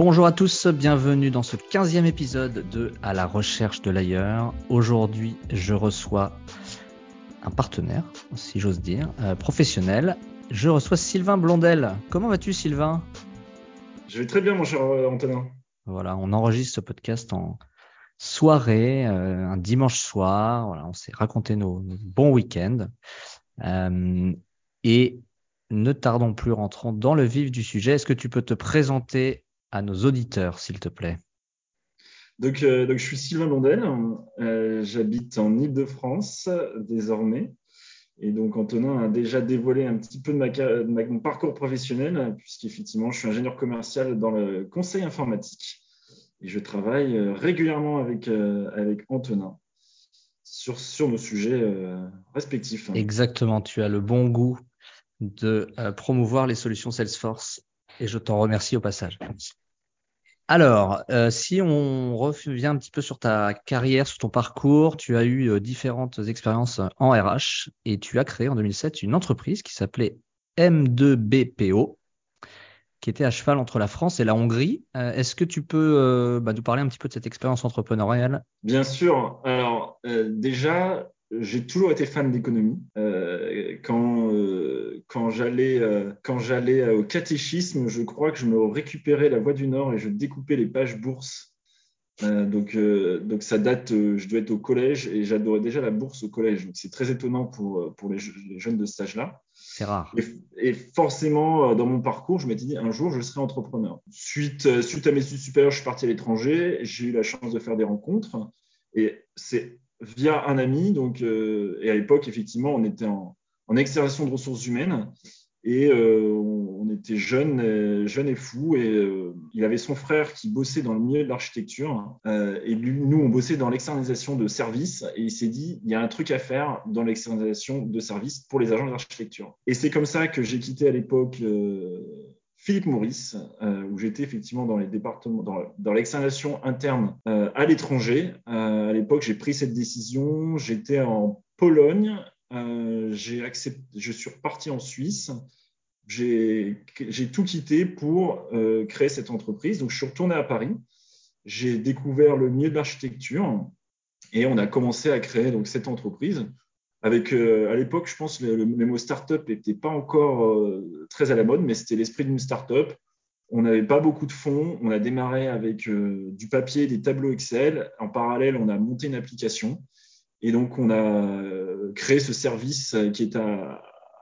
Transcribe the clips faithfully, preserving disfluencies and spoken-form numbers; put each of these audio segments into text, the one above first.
Bonjour à tous, bienvenue dans ce quinzième épisode de À la recherche de l'ailleurs. Aujourd'hui, je reçois un partenaire, si j'ose dire, euh, professionnel. Je reçois Sylvain Blondel. Comment vas-tu, Sylvain ? Je vais très bien, mon cher euh, Antonin. Voilà, on enregistre ce podcast en soirée, euh, un dimanche soir. Voilà, on s'est raconté nos, nos bons week-ends. Euh, et ne tardons plus, rentrons dans le vif du sujet. Est-ce que tu peux te présenter à nos auditeurs, s'il te plaît ? Donc, euh, donc, je suis Sylvain Blondel. Euh, j'habite en Île-de-France désormais. Et donc, Antonin a déjà dévoilé un petit peu de, ma, de ma- mon parcours professionnel, puisqu'effectivement, je suis ingénieur commercial dans le conseil informatique. Et je travaille euh, régulièrement avec, euh, avec Antonin sur, sur nos sujets euh, respectifs. Exactement, tu as le bon goût de euh, promouvoir les solutions Salesforce et je t'en remercie au passage. Alors, euh, si on revient un petit peu sur ta carrière, sur ton parcours, tu as eu euh, différentes expériences en R H et tu as créé en deux mille sept une entreprise qui s'appelait M deux B P O, qui était à cheval entre la France et la Hongrie. Euh, est-ce que tu peux euh, bah, nous parler un petit peu de cette expérience entrepreneuriale ? Bien sûr. Alors, euh, déjà, j'ai toujours été fan d'économie. Euh, quand euh, quand j'allais euh, quand j'allais euh, au catéchisme, je crois que je me récupérais la Voix du Nord et je découpais les pages bourse. Euh, donc, euh, donc ça date, euh, je dois être au collège et j'adorais déjà la bourse au collège. Donc, c'est très étonnant pour, euh, pour les, je- les jeunes de cet âge-là. C'est rare. Et, et forcément, euh, dans mon parcours, je m'étais dit un jour, je serai entrepreneur. Suite, euh, suite à mes études supérieures, je suis parti à l'étranger. J'ai eu la chance de faire des rencontres. Et c'est via un ami. Donc, euh, et à l'époque, effectivement, on était en, en exercice de ressources humaines. Et euh, on, on était jeunes, et, jeunes et fous. Et euh, il avait son frère qui bossait dans le milieu de l'architecture. Euh, et lui, nous, on bossait dans l'externalisation de services. Et il s'est dit, il y a un truc à faire dans l'externalisation de services pour les agents d'architecture. Et c'est comme ça que j'ai quitté à l'époque euh, Philippe Maurice, euh, où j'étais effectivement dans les départements, dans, dans l'externalisation interne euh, à l'étranger. Euh, à l'époque, j'ai pris cette décision. J'étais en Pologne. Euh, j'ai accepté, je suis reparti en Suisse. J'ai, j'ai tout quitté pour euh, créer cette entreprise. Donc, je suis retourné à Paris. J'ai découvert le milieu de l'architecture et on a commencé à créer donc, cette entreprise. Avec, euh, à l'époque, je pense que le, le, le mot startup n'était pas encore euh, très à la mode, mais c'était l'esprit d'une startup. On n'avait pas beaucoup de fonds. On a démarré avec euh, du papier, des tableaux Excel. En parallèle, on a monté une application. Et donc, on a euh, créé ce service qui est à,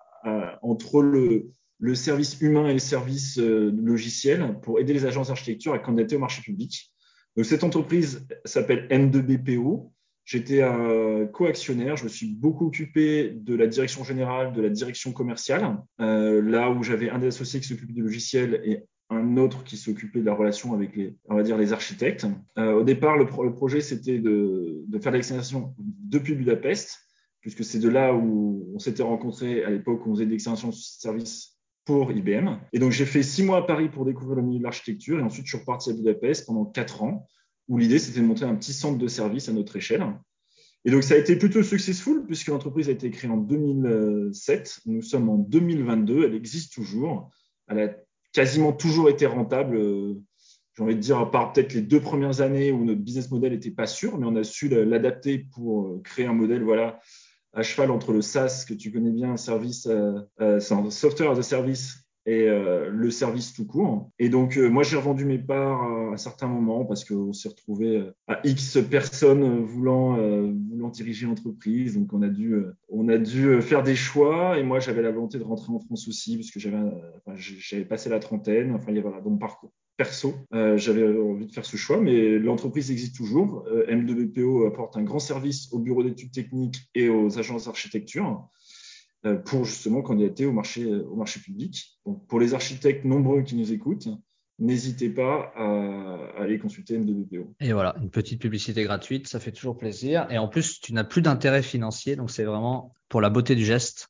à, entre le, le service humain et le service euh, logiciel pour aider les agences d'architecture à candidater au marché public. Donc, cette entreprise s'appelle M deux B P O. J'étais un co-actionnaire. Je me suis beaucoup occupé de la direction générale, de la direction commerciale, euh, là où j'avais un des associés qui s'occupait du logiciel et un autre qui s'occupait de la relation avec les, on va dire, les architectes. Euh, au départ, le, pro- le projet, c'était de, de faire de l'extension depuis Budapest, puisque c'est de là où on s'était rencontrés à l'époque où on faisait de l'extension de service pour I B M. Et donc, j'ai fait six mois à Paris pour découvrir le milieu de l'architecture. Et ensuite, je suis reparti à Budapest pendant quatre ans, où l'idée, c'était de monter un petit centre de service à notre échelle. Et donc, ça a été plutôt successful, puisque l'entreprise a été créée en deux mille sept. Nous sommes en deux mille vingt-deux. Elle existe toujours. Elle a quasiment toujours été rentable. Euh, j'ai envie de dire, à part peut-être les deux premières années où notre business model n'était pas sûr, mais on a su l'adapter pour euh, créer un modèle voilà, à cheval entre le SaaS, que tu connais bien, un service, euh, euh, c'est un software as a service, et euh, le service tout court. Et donc, euh, moi, j'ai revendu mes parts à un certain moment parce qu'on s'est retrouvé euh, à X personnes voulant, euh, voulant diriger l'entreprise. Donc, on a dû, euh, on a dû faire des choix. Et moi, j'avais la volonté de rentrer en France aussi parce que j'avais, euh, enfin, j'avais passé la trentaine. Enfin, il y a voilà, dans mon parcours perso, euh, j'avais envie de faire ce choix, mais l'entreprise existe toujours. Euh, M deux B P O apporte un grand service aux bureaux d'études techniques et aux agences d'architecture euh, pour justement candidater au marché, au marché public. Donc, pour les architectes nombreux qui nous écoutent, n'hésitez pas à, à aller consulter M deux B P O. Et voilà, une petite publicité gratuite, ça fait toujours plaisir. Et en plus, tu n'as plus d'intérêt financier, donc c'est vraiment pour la beauté du geste.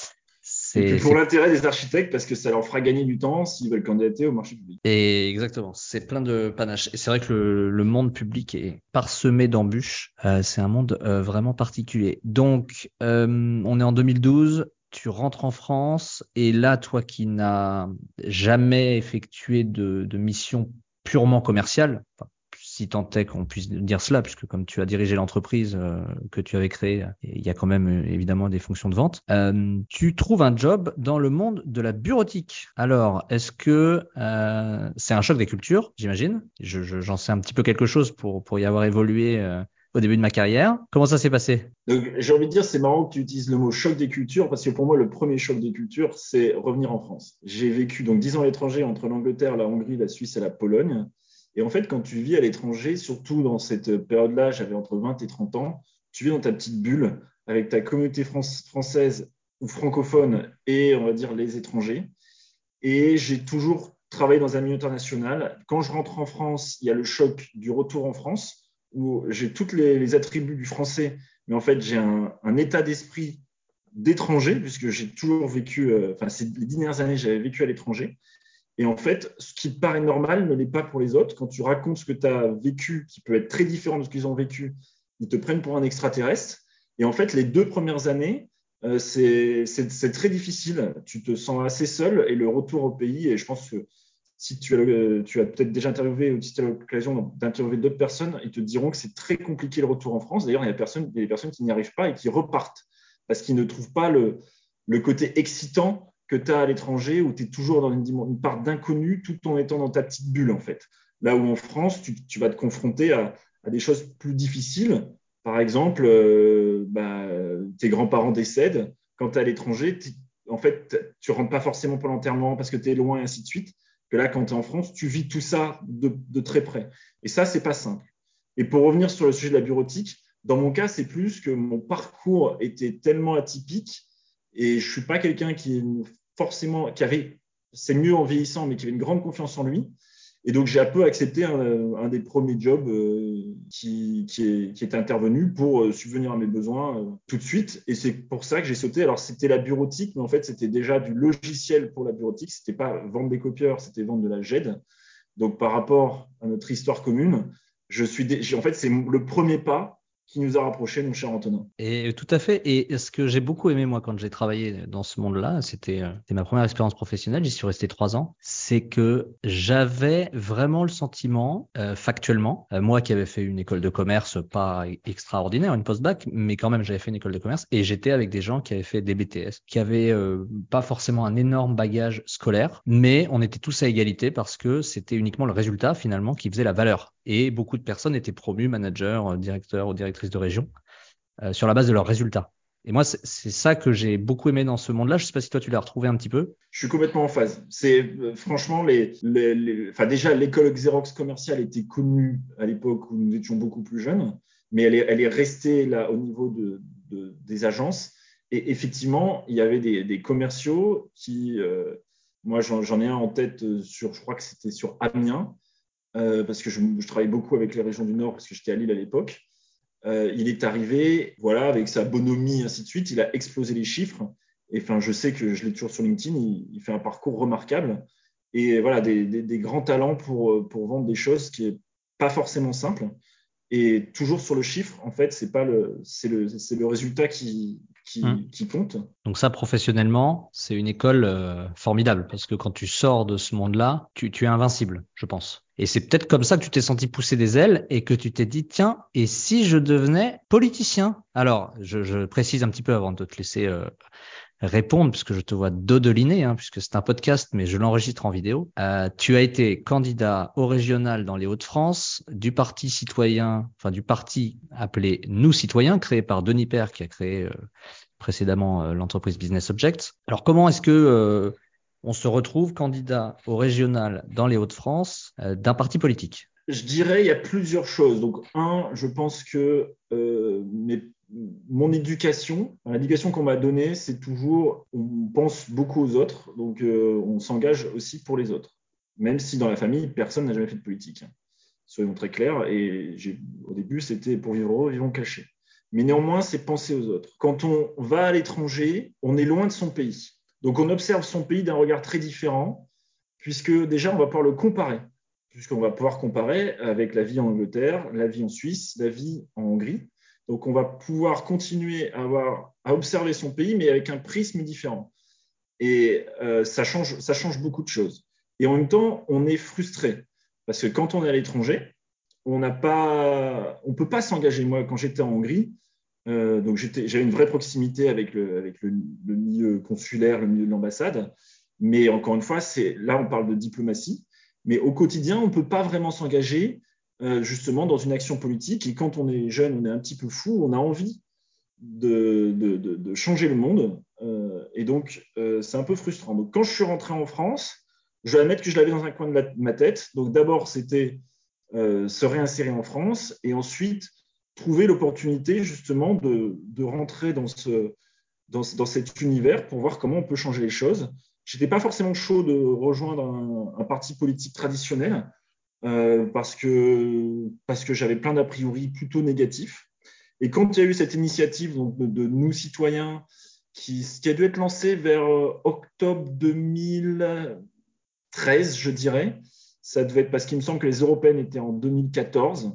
Et puis C'est, pour c'est, l'intérêt des architectes, parce que ça leur fera gagner du temps s'ils veulent candidater au marché public. et exactement, c'est plein de panache. Et c'est vrai que le, le monde public est parsemé d'embûches. Euh, c'est un monde euh, vraiment particulier. Donc, euh, on est en deux mille douze, tu rentres en France, et là, toi qui n'as jamais effectué de, de mission purement commercial, enfin, si tant est qu'on puisse dire cela, puisque comme tu as dirigé l'entreprise euh, que tu avais créée, il y a quand même euh, évidemment des fonctions de vente. Euh, tu trouves un job dans le monde de la bureautique. Alors, est-ce que euh, c'est un choc des cultures, j'imagine? Je, je, j'en sais un petit peu quelque chose pour, pour y avoir évolué euh, au début de ma carrière. Comment ça s'est passé? Donc, j'ai envie de dire, c'est marrant que tu utilises le mot choc des cultures parce que pour moi, le premier choc des cultures, c'est revenir en France. J'ai vécu donc dix ans à l'étranger entre l'Angleterre, la Hongrie, la Suisse et la Pologne. Et en fait, quand tu vis à l'étranger, surtout dans cette période-là, j'avais entre vingt et trente ans, tu vis dans ta petite bulle avec ta communauté France- française ou francophone et, on va dire, les étrangers. Et j'ai toujours travaillé dans un milieu international. Quand je rentre en France, il y a le choc du retour en France, où j'ai tous les, les attributs du français, mais en fait, j'ai un, un état d'esprit d'étranger, puisque j'ai toujours vécu, euh, enfin, ces, les dix dernières années, j'avais vécu à l'étranger. Et en fait, ce qui te paraît normal ne l'est pas pour les autres. Quand tu racontes ce que tu as vécu, qui peut être très différent de ce qu'ils ont vécu, ils te prennent pour un extraterrestre. Et en fait, les deux premières années, euh, c'est, c'est, c'est très difficile. Tu te sens assez seul et le retour au pays, et je pense que si tu as, euh, tu as peut-être déjà interviewé ou si tu as l'occasion d'interviewer d'autres personnes, ils te diront que c'est très compliqué le retour en France. D'ailleurs, il y a, personne, il y a des personnes qui n'y arrivent pas et qui repartent parce qu'ils ne trouvent pas le, le côté excitant que tu as à l'étranger où tu es toujours dans une, une part d'inconnu tout en étant dans ta petite bulle, en fait. Là où en France, tu, tu vas te confronter à, à, des choses plus difficiles. Par exemple, euh, bah, tes grands-parents décèdent. Quand tu es à l'étranger, en fait, tu ne rentres pas forcément pour l'enterrement parce que tu es loin et ainsi de suite. Que là, quand tu es en France, tu vis tout ça de, de très près. Et ça, c'est pas simple. Et pour revenir sur le sujet de la bureautique, dans mon cas, c'est plus que mon parcours était tellement atypique et je suis pas quelqu'un qui est forcément, qui avait, c'est mieux en vieillissant, mais qui avait une grande confiance en lui. Et donc, j'ai un peu accepté un, un des premiers jobs euh, qui, qui, est, qui est intervenu pour euh, subvenir à mes besoins euh, tout de suite. Et c'est pour ça que j'ai sauté. Alors, c'était la bureautique, mais en fait, c'était déjà du logiciel pour la bureautique. C'était pas vendre des copieurs, c'était vendre de la G E D. Donc, par rapport à notre histoire commune, je suis, dé... en fait, c'est le premier pas qui nous a rapprochés, mon cher Antonin. Et tout à fait. Et ce que j'ai beaucoup aimé, moi, quand j'ai travaillé dans ce monde-là, c'était euh, c'était ma première expérience professionnelle, j'y suis resté trois ans, c'est que j'avais vraiment le sentiment, euh, factuellement, euh, moi qui avais fait une école de commerce pas extraordinaire, une post-bac, mais quand même, j'avais fait une école de commerce, et j'étais avec des gens qui avaient fait des B T S, qui avaient euh, pas forcément un énorme bagage scolaire, mais on était tous à égalité parce que c'était uniquement le résultat, finalement, qui faisait la valeur. Et beaucoup de personnes étaient promues, managers, euh, directeurs ou directrices de région, euh, sur la base de leurs résultats. Et moi, c'est, c'est ça que j'ai beaucoup aimé dans ce monde-là. Je ne sais pas si toi, tu l'as retrouvé un petit peu. Je suis complètement en phase. C'est euh, franchement les, les, les, enfin déjà l'école Xerox commerciale était connue à l'époque où nous étions beaucoup plus jeunes, mais elle est, elle est restée là au niveau de, de, des agences. Et effectivement, il y avait des, des commerciaux qui, euh, moi j'en, j'en ai un en tête sur, je crois que c'était sur Amiens, euh, parce que je, je travaillais beaucoup avec les régions du Nord parce que j'étais à Lille à l'époque. Euh, il est arrivé, voilà, avec sa bonhomie, ainsi de suite, il a explosé les chiffres. Et enfin, je sais que je l'ai toujours sur LinkedIn, il, il fait un parcours remarquable. Et voilà, des, des, des, grands talents pour, pour vendre des choses qui n'est pas forcément simple. Et toujours sur le chiffre, en fait, c'est pas le, c'est le, c'est le résultat qui, Hum. qui, qui compte. Donc ça, professionnellement, c'est une école euh, formidable parce que quand tu sors de ce monde-là, tu, tu es invincible, je pense. Et c'est peut-être comme ça que tu t'es senti pousser des ailes et que tu t'es dit, tiens, et si je devenais politicien? Alors, je, je précise un petit peu avant de te laisser euh, répondre, puisque je te vois dodeliner, hein, puisque c'est un podcast, mais je l'enregistre en vidéo. Euh, tu as été candidat au régional dans les Hauts-de-France du parti citoyen, enfin du parti appelé Nous Citoyens, créé par Denis Père, qui a créé euh, précédemment euh, l'entreprise Business Object. Alors comment est-ce que euh, on se retrouve candidat au régional dans les Hauts-de-France euh, d'un parti politique? Je dirais, il y a plusieurs choses. Donc, un, je pense que euh, mes, mon éducation, l'éducation qu'on m'a donnée, c'est toujours, on pense beaucoup aux autres, donc euh, on s'engage aussi pour les autres. Même si dans la famille, personne n'a jamais fait de politique. Soyons très clairs. Et j'ai, au début, c'était pour vivre heureux, vivons cachés. Mais néanmoins, c'est penser aux autres. Quand on va à l'étranger, on est loin de son pays. Donc, on observe son pays d'un regard très différent, puisque déjà, on va pouvoir le comparer puisqu'on va pouvoir comparer avec la vie en Angleterre, la vie en Suisse, la vie en Hongrie. Donc, on va pouvoir continuer à, avoir, à observer son pays, mais avec un prisme différent. Et euh, ça, change, ça change beaucoup de choses. Et en même temps, on est frustré Parce que quand on est à l'étranger, on n'a pas, on peut pas s'engager. Moi, quand j'étais en Hongrie, euh, donc j'étais, j'avais une vraie proximité avec le, avec le, le milieu consulaire, le milieu de l'ambassade. Mais encore une fois, c'est, là, on parle de diplomatie. Mais au quotidien, on peut pas vraiment s'engager euh, justement dans une action politique. Et quand on est jeune, on est un petit peu fou, on a envie de, de, de, de changer le monde. Euh, et donc, euh, c'est un peu frustrant. Donc, quand je suis rentré en France, je vais admettre que je l'avais dans un coin de, la, de ma tête. Donc, d'abord, c'était euh, se réinsérer en France et ensuite trouver l'opportunité justement de, de rentrer dans, ce, dans, dans cet univers pour voir comment on peut changer les choses. Je n'étais pas forcément chaud de rejoindre un, un parti politique traditionnel euh, parce que, parce que j'avais plein d'a priori plutôt négatifs. Et quand il y a eu cette initiative donc, de, de nous citoyens qui, qui a dû être lancée vers euh, octobre deux mille treize, je dirais, ça devait être parce qu'il me semble que les européennes étaient en deux mille quatorze.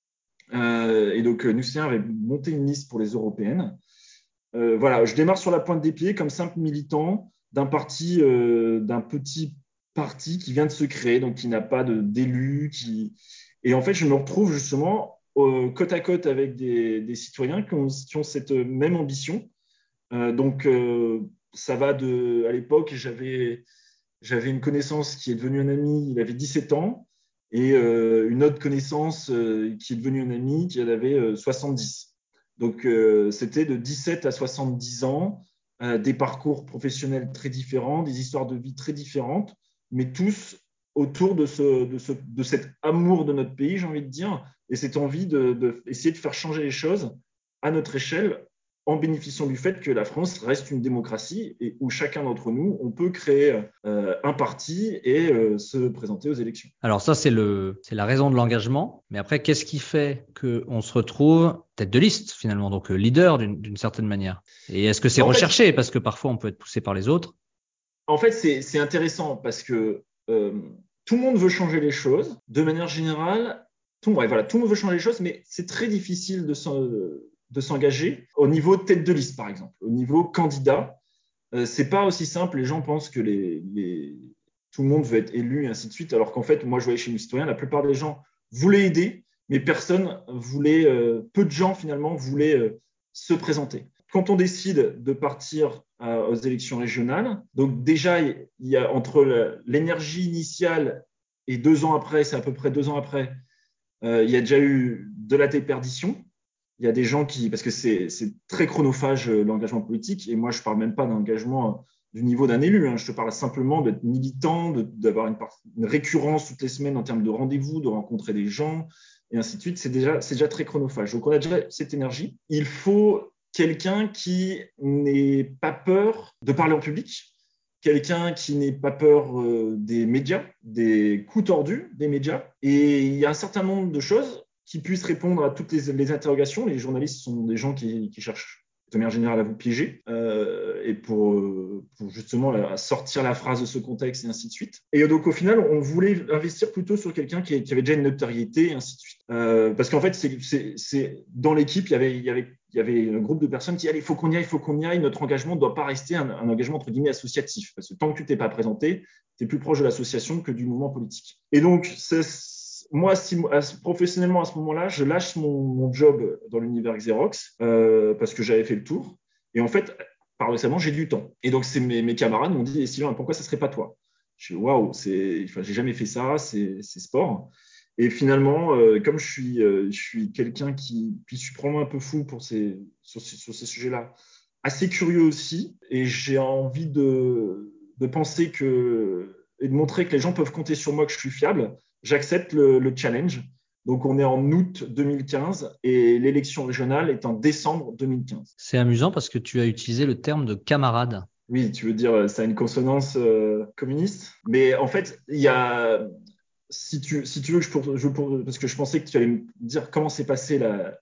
Euh, et donc, nous citoyens avaient monté une liste pour les européennes. Euh, voilà, je démarre sur la pointe des pieds comme simple militant d'un parti, euh, d'un petit parti qui vient de se créer, donc qui n'a pas de, d'élu. Qui... Et en fait, je me retrouve justement euh, côte à côte avec des, des citoyens qui ont, qui ont, cette même ambition. Euh, donc, euh, ça va de. À l'époque, j'avais, j'avais une connaissance qui est devenue un ami, il avait dix-sept ans, et euh, une autre connaissance euh, qui est devenue un ami qui en avait euh, soixante-dix. Donc, euh, c'était de dix-sept à soixante-dix ans, euh, des parcours professionnels très différents, des histoires de vie très différentes, mais tous autour de, ce, de, ce, de cet amour de notre pays, j'ai envie de dire, et cette envie d'essayer de, de, essayer de faire changer les choses à notre échelle en bénéficiant du fait que la France reste une démocratie et où chacun d'entre nous, on peut créer euh, un parti et euh, se présenter aux élections. Alors ça, c'est le, c'est la raison de l'engagement. Mais après, qu'est-ce qui fait qu'on se retrouve tête de liste finalement, donc euh, leader d'une, d'une certaine manière? Et est-ce que c'est En fait, recherché? Parce que parfois, on peut être poussé par les autres. en fait c'est, c'est intéressant parce que euh, tout le monde veut changer les choses. De manière générale, tout, ouais, voilà, tout le monde veut changer les choses, mais c'est très difficile de, s'en, de s'engager au niveau tête de liste, par exemple, au niveau candidat. Euh, c'est pas aussi simple. Les gens pensent que les, les, tout le monde veut être élu et ainsi de suite, alors qu'en fait, moi, je voyais chez nos citoyens, la plupart des gens voulaient aider, mais personne voulait, euh, peu de gens finalement voulaient euh, se présenter. Quand on décide de partir euh, aux élections régionales, donc déjà, il y a entre la, l'énergie initiale et deux ans après, c'est à peu près deux ans après, euh, il y a déjà eu de la déperdition. Il y a des gens qui, parce que c'est, c'est très chronophage euh, l'engagement politique, et moi je ne parle même pas d'engagement euh, du niveau d'un élu, hein. Je te parle simplement d'être militant, de, d'avoir une, part, une récurrence toutes les semaines en termes de rendez-vous, de rencontrer des gens, et ainsi de suite. C'est déjà, c'est déjà très chronophage. Donc on a déjà cette énergie. Il faut quelqu'un qui n'ait pas peur de parler en public, quelqu'un qui n'ait pas peur euh, des médias, des coups tordus des médias. Et il y a un certain nombre de choses qui puissent répondre à toutes les, les interrogations. Les journalistes sont des gens qui, qui cherchent de manière générale à vous piéger euh, et pour, euh, pour justement la, sortir la phrase de ce contexte et ainsi de suite. Et donc au final, on voulait investir plutôt sur quelqu'un qui, qui avait déjà une notoriété et ainsi de suite. Euh, parce qu'en fait, c'est, c'est, c'est, dans l'équipe, il y avait, il y avait il y avait un groupe de personnes qui disaient, il faut qu'on y aille, il faut qu'on y aille, notre engagement ne doit pas rester un, un engagement entre guillemets associatif, parce que tant que tu t'es pas présenté, tu es plus proche de l'association que du mouvement politique. Et donc, c'est, moi, si, professionnellement, à ce moment-là, je lâche mon, mon job dans l'univers Xerox, euh, parce que j'avais fait le tour. Et en fait, paradoxalement, j'ai du temps. Et donc, c'est mes, mes camarades m'ont dit, et Sylvain, pourquoi ça serait pas toi? Je dis, waouh, c'est, enfin, j'ai jamais fait ça, c'est, c'est sport. Et finalement, euh, comme je suis, euh, je suis quelqu'un qui, puis je suis probablement un peu fou pour ces, sur, sur ces sujets-là, assez curieux aussi, et j'ai envie de, de penser que, et de montrer que les gens peuvent compter sur moi, que je suis fiable, j'accepte le, le challenge. Donc, on est en août deux mille quinze et l'élection régionale est en décembre deux mille quinze. C'est amusant parce que tu as utilisé le terme de camarade. Oui, tu veux dire, ça a une consonance euh, communiste, mais en fait, il y a si tu, si tu veux, je pour, je pour, parce que je pensais que tu allais me dire comment s'est passée la,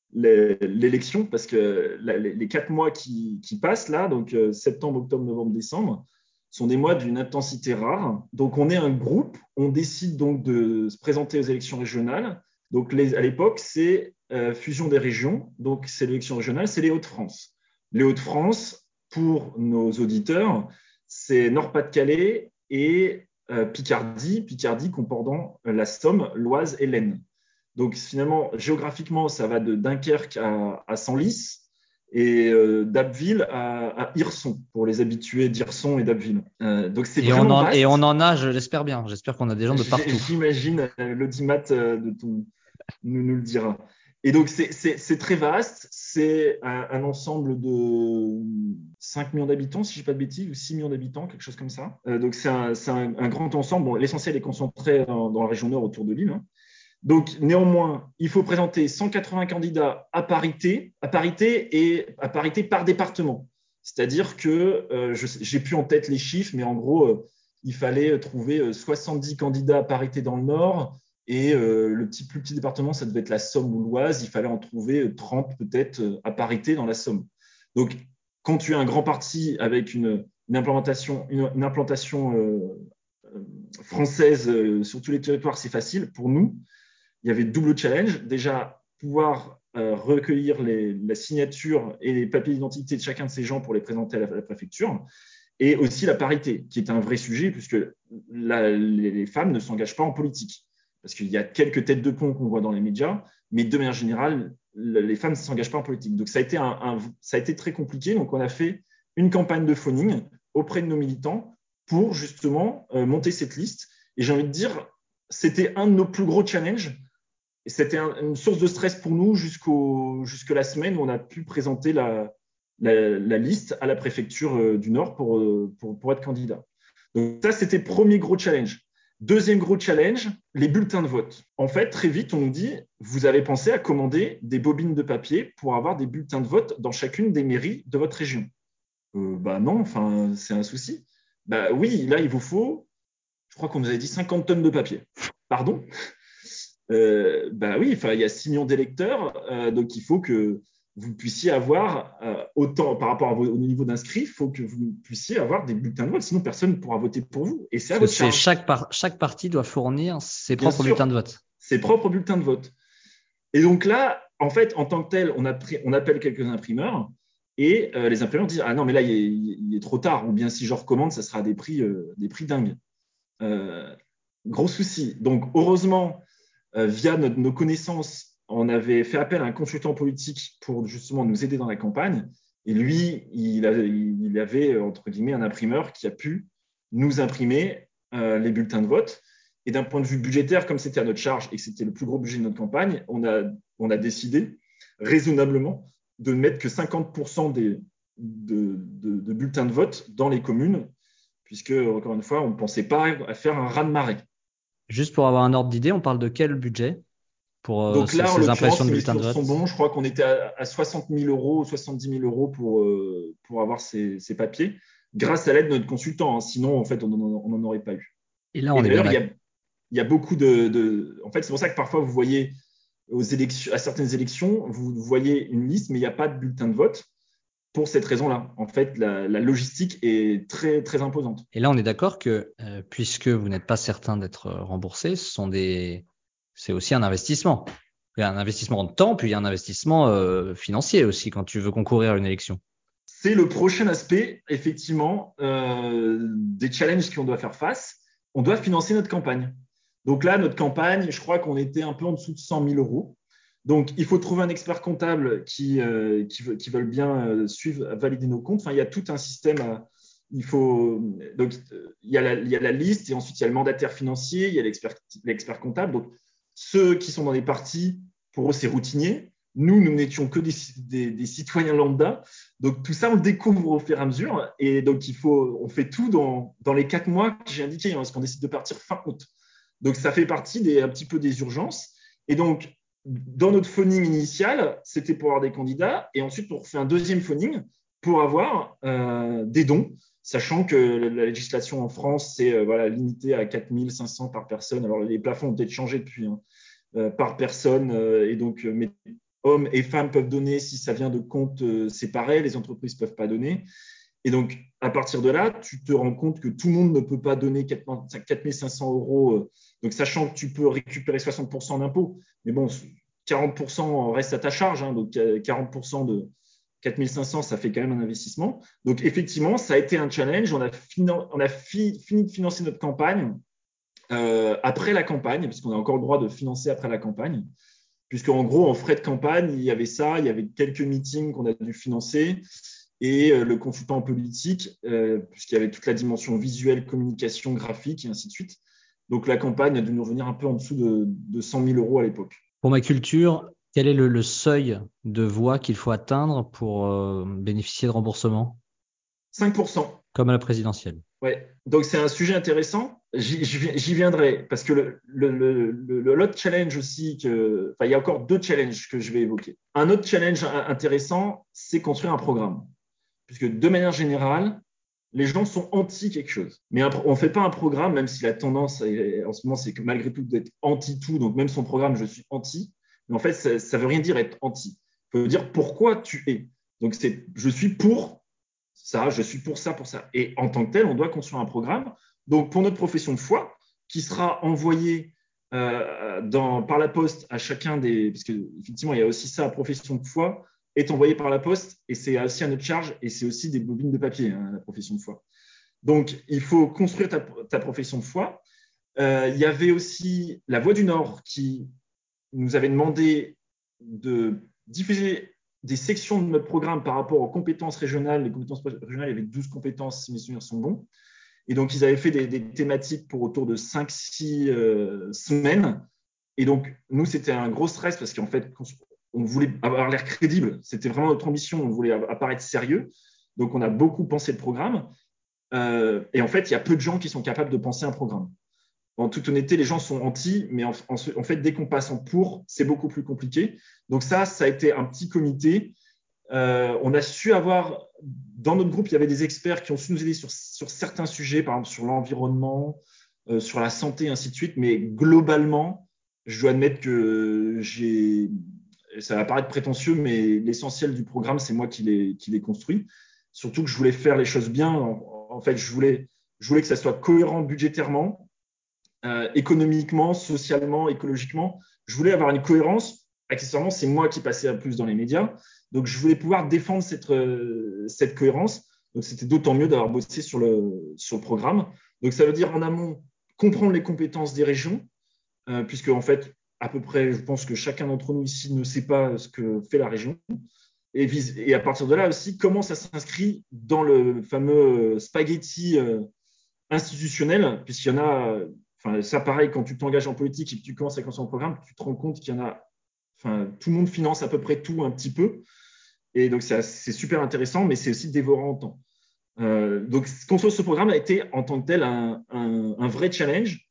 l'élection, parce que la, les, les quatre mois qui, qui passent là, donc euh, septembre, octobre, novembre, décembre, sont des mois d'une intensité rare. Donc on est un groupe, on décide donc de se présenter aux élections régionales. Donc les, à l'époque, c'est euh, fusion des régions, donc c'est l'élection régionale, c'est les Hauts-de-France. Les Hauts-de-France, pour nos auditeurs, c'est Nord-Pas-de-Calais et euh, Picardie, Picardie comportant la Somme, l'Oise et l'Aisne. Donc finalement, géographiquement, ça va de Dunkerque à, à Senlis et euh, d'Abbeville à, à Hirson, pour les habitués d'Hirson et d'Abbeville. Euh, donc c'est Et on vraiment en, et on vaste. en a, je l'espère bien. J'espère qu'on a des gens de partout. J'imagine, euh, l'audimat euh, de ton, nous, nous le dira. Et donc, c'est, c'est, c'est très vaste. C'est un, un ensemble de cinq millions d'habitants, si je ne dis pas de bêtises, ou six millions d'habitants, quelque chose comme ça. Euh, donc, c'est un, c'est un, un grand ensemble. Bon, l'essentiel est concentré dans, dans la région nord, autour de Lille. Hein. Donc, néanmoins, il faut présenter cent quatre-vingts candidats à parité, à parité et à parité par département. C'est-à-dire que euh, je n'ai plus en tête les chiffres, mais en gros, euh, il fallait trouver soixante-dix candidats à parité dans le Nord et euh, le petit, plus petit département, ça devait être la Somme ou l'Oise, il fallait en trouver trente peut-être à parité dans la Somme. Donc, quand tu as un grand parti avec une, une implantation, une, une implantation euh, euh, française euh, sur tous les territoires, c'est facile. Pour nous, il y avait double challenge. Déjà, pouvoir euh, recueillir les, la signature et les papiers d'identité de chacun de ces gens pour les présenter à la, à la préfecture. Et aussi la parité, qui est un vrai sujet, puisque la, les, les femmes ne s'engagent pas en politique. Parce qu'il y a quelques têtes de pont qu'on voit dans les médias, mais de manière générale, les femmes ne s'engagent pas en politique. Donc ça a été, un, un, ça a été très compliqué. Donc on a fait une campagne de phoning auprès de nos militants pour justement euh, monter cette liste. Et j'ai envie de dire, c'était un de nos plus gros challenges. Et c'était un, une source de stress pour nous jusqu'au, jusqu'à la semaine où on a pu présenter la, la, la liste à la préfecture euh, du Nord pour, euh, pour, pour être candidat. Donc ça, c'était le premier gros challenge. Deuxième gros challenge, les bulletins de vote. En fait, très vite, on nous dit, vous avez pensé à commander des bobines de papier pour avoir des bulletins de vote dans chacune des mairies de votre région. Euh, bah non, enfin, c'est un souci. Bah oui, là, il vous faut, je crois qu'on nous avait dit cinquante tonnes de papier. Pardon? euh, bah oui, enfin, il y a six millions d'électeurs, euh, donc il faut que vous puissiez avoir euh, autant par rapport à vos, au niveau d'inscrits, il faut que vous puissiez avoir des bulletins de vote, sinon personne ne pourra voter pour vous. Et c'est à Parce que votre c'est charge. chaque, par, chaque parti doit fournir ses Bien propres bulletins sûr, de vote. ses propres bulletins de vote. Et donc là, en fait, en tant que tel, on, a pris, on appelle quelques imprimeurs et euh, les imprimeurs disent ah non mais là il est, il est trop tard, ou bien si je recommande, ça sera des prix, euh, des prix dingues. Euh, gros souci. Donc heureusement, euh, via notre, nos connaissances, on avait fait appel à un consultant politique pour justement nous aider dans la campagne. Et lui, il avait, il avait entre guillemets un imprimeur qui a pu nous imprimer euh, les bulletins de vote. Et d'un point de vue budgétaire, comme c'était à notre charge et que c'était le plus gros budget de notre campagne, on a, on a décidé raisonnablement de ne mettre que cinquante pour cent des, de, de, de bulletins de vote dans les communes, puisque, encore une fois, on ne pensait pas à faire un raz-de-marée. Juste pour avoir un ordre d'idée, on parle de quel budget pour euh, Donc ces, là, en ces impressions l'occurrence, de si mes bulletins de sources sont vote? bons, je crois qu'on était à, à soixante mille euros, soixante-dix mille euros pour, euh, pour avoir ces, ces papiers, grâce à l'aide de notre consultant. Hein. Sinon, en fait, on n'en aurait pas eu. Et là, Et on est bien d'ailleurs, il y d'accord. a, il y a beaucoup de, de... En fait, c'est pour ça que parfois, vous voyez aux élections, à certaines élections, vous voyez une liste, mais il n'y a pas de bulletin de vote pour cette raison-là. En fait, la, la logistique est très, très imposante. Et là, on est d'accord que euh, puisque vous n'êtes pas certain d'être remboursé, ce sont des, c'est aussi un investissement. Il y a un investissement de temps, puis il y a un investissement euh, financier aussi quand tu veux concourir à une élection. C'est le prochain aspect, effectivement, euh, des challenges qu'on doit faire face. On doit financer notre campagne. Donc là, notre campagne, je crois qu'on était un peu en dessous de cent mille euros. Donc, il faut trouver un expert comptable qui, euh, qui, veut, qui veulent bien euh, suivre, valider nos comptes. Enfin, il y a tout un système. À, il faut, donc, il y, a la, il y a la liste et ensuite il y a le mandataire financier, il y a l'expert, l'expert comptable. Donc, ceux qui sont dans les partis, pour eux, c'est routinier. Nous, nous n'étions que des, des, des, citoyens lambda. Donc, tout ça, on le découvre au fur et à mesure. Et donc, il faut, on fait tout dans, dans les quatre mois que j'ai indiqués, hein, parce qu'on décide de partir fin août. Donc, ça fait partie des, un petit peu des urgences. Et donc, dans notre phoning initial, c'était pour avoir des candidats. Et ensuite, on refait un deuxième phoning pour avoir euh, des dons, sachant que la législation en France, c'est euh, voilà, limité à quatre mille cinq cents par personne. Alors, les plafonds ont peut-être changé depuis, hein, euh, par personne. Euh, et donc, euh, mais hommes et femmes peuvent donner si ça vient de comptes euh, séparés. Les entreprises ne peuvent pas donner. Et donc, à partir de là, tu te rends compte que tout le monde ne peut pas donner quatre mille cinq cents euros. Donc, sachant que tu peux récupérer soixante pour cent d'impôts. Mais bon, quarante pour cent reste à ta charge. Hein, donc, quarante pour cent de, quatre mille cinq cents, ça fait quand même un investissement. Donc, effectivement, ça a été un challenge. On a, finan- on a fi- fini de financer notre campagne euh, après la campagne, puisqu'on a encore le droit de financer après la campagne. Puisqu'en gros, en frais de campagne, il y avait ça, il y avait quelques meetings qu'on a dû financer et euh, le consultant politique, euh, puisqu'il y avait toute la dimension visuelle, communication, graphique et ainsi de suite. Donc, la campagne a dû nous revenir un peu en dessous de, de cent mille euros à l'époque. Pour ma culture, quel est le, le seuil de voix qu'il faut atteindre pour euh, bénéficier de remboursement, cinq pour cent. comme à la présidentielle? Ouais. Donc, c'est un sujet intéressant. J'y, j'y viendrai parce que le, le, le, le, l'autre challenge aussi, que, enfin, il y a encore deux challenges que je vais évoquer. Un autre challenge intéressant, c'est construire un programme. Puisque de manière générale, les gens sont anti quelque chose. Mais on ne fait pas un programme, même si la tendance en ce moment, c'est que malgré tout d'être anti tout. Donc, même son programme, je suis anti. Mais en fait, ça ne veut rien dire être anti. Il faut dire pourquoi tu es. Donc, c'est je suis pour ça, je suis pour ça, pour ça. Et en tant que tel, on doit construire un programme. Donc, pour notre profession de foi, qui sera envoyé euh, dans, par la poste à chacun des. Parce qu'effectivement, il y a aussi ça, profession de foi est envoyé par la poste et c'est aussi à notre charge et c'est aussi des bobines de papier, hein, la profession de foi. Donc, il faut construire ta, ta profession de foi. Euh, il y avait aussi la Voix du Nord qui nous avait demandé de diffuser des sections de notre programme par rapport aux compétences régionales. Les compétences régionales, il y avait douze compétences, si mes souvenirs sont bons. Et donc, ils avaient fait des, des thématiques pour autour de cinq six euh, semaines. Et donc, nous, c'était un gros stress parce qu'en fait, on voulait avoir l'air crédible. C'était vraiment notre ambition. On voulait apparaître sérieux. Donc, on a beaucoup pensé le programme. Euh, et en fait, il y a peu de gens qui sont capables de penser un programme. En toute honnêteté, les gens sont anti, mais en, en, en fait, dès qu'on passe en pour, c'est beaucoup plus compliqué. Donc ça, ça a été un petit comité. Euh, on a su avoir, dans notre groupe, il y avait des experts qui ont su nous aider sur, sur certains sujets, par exemple sur l'environnement, euh, sur la santé, ainsi de suite. Mais globalement, je dois admettre que j'ai, ça va paraître prétentieux, mais l'essentiel du programme, c'est moi qui l'ai, qui l'ai construit. Surtout que je voulais faire les choses bien. En, en fait, je voulais, je voulais que ça soit cohérent budgétairement, euh, économiquement, socialement, écologiquement. Je voulais avoir une cohérence. Accessoirement, c'est moi qui passais un plus dans les médias. Donc, je voulais pouvoir défendre cette, euh, cette cohérence. Donc, c'était d'autant mieux d'avoir bossé sur le, sur le programme. Donc, ça veut dire en amont comprendre les compétences des régions, euh, puisque en fait, à peu près, je pense que chacun d'entre nous ici ne sait pas ce que fait la région. Et, et à partir de là aussi, comment ça s'inscrit dans le fameux spaghetti euh, institutionnel, puisqu'il y en a. Enfin, ça, pareil, quand tu t'engages en politique et que tu commences à construire un programme, tu te rends compte qu'il y en a. Enfin, tout le monde finance à peu près tout un petit peu. Et donc, c'est, c'est super intéressant, mais c'est aussi dévorant en temps. Euh, donc, construire ce programme a été en tant que tel un, un, un vrai challenge.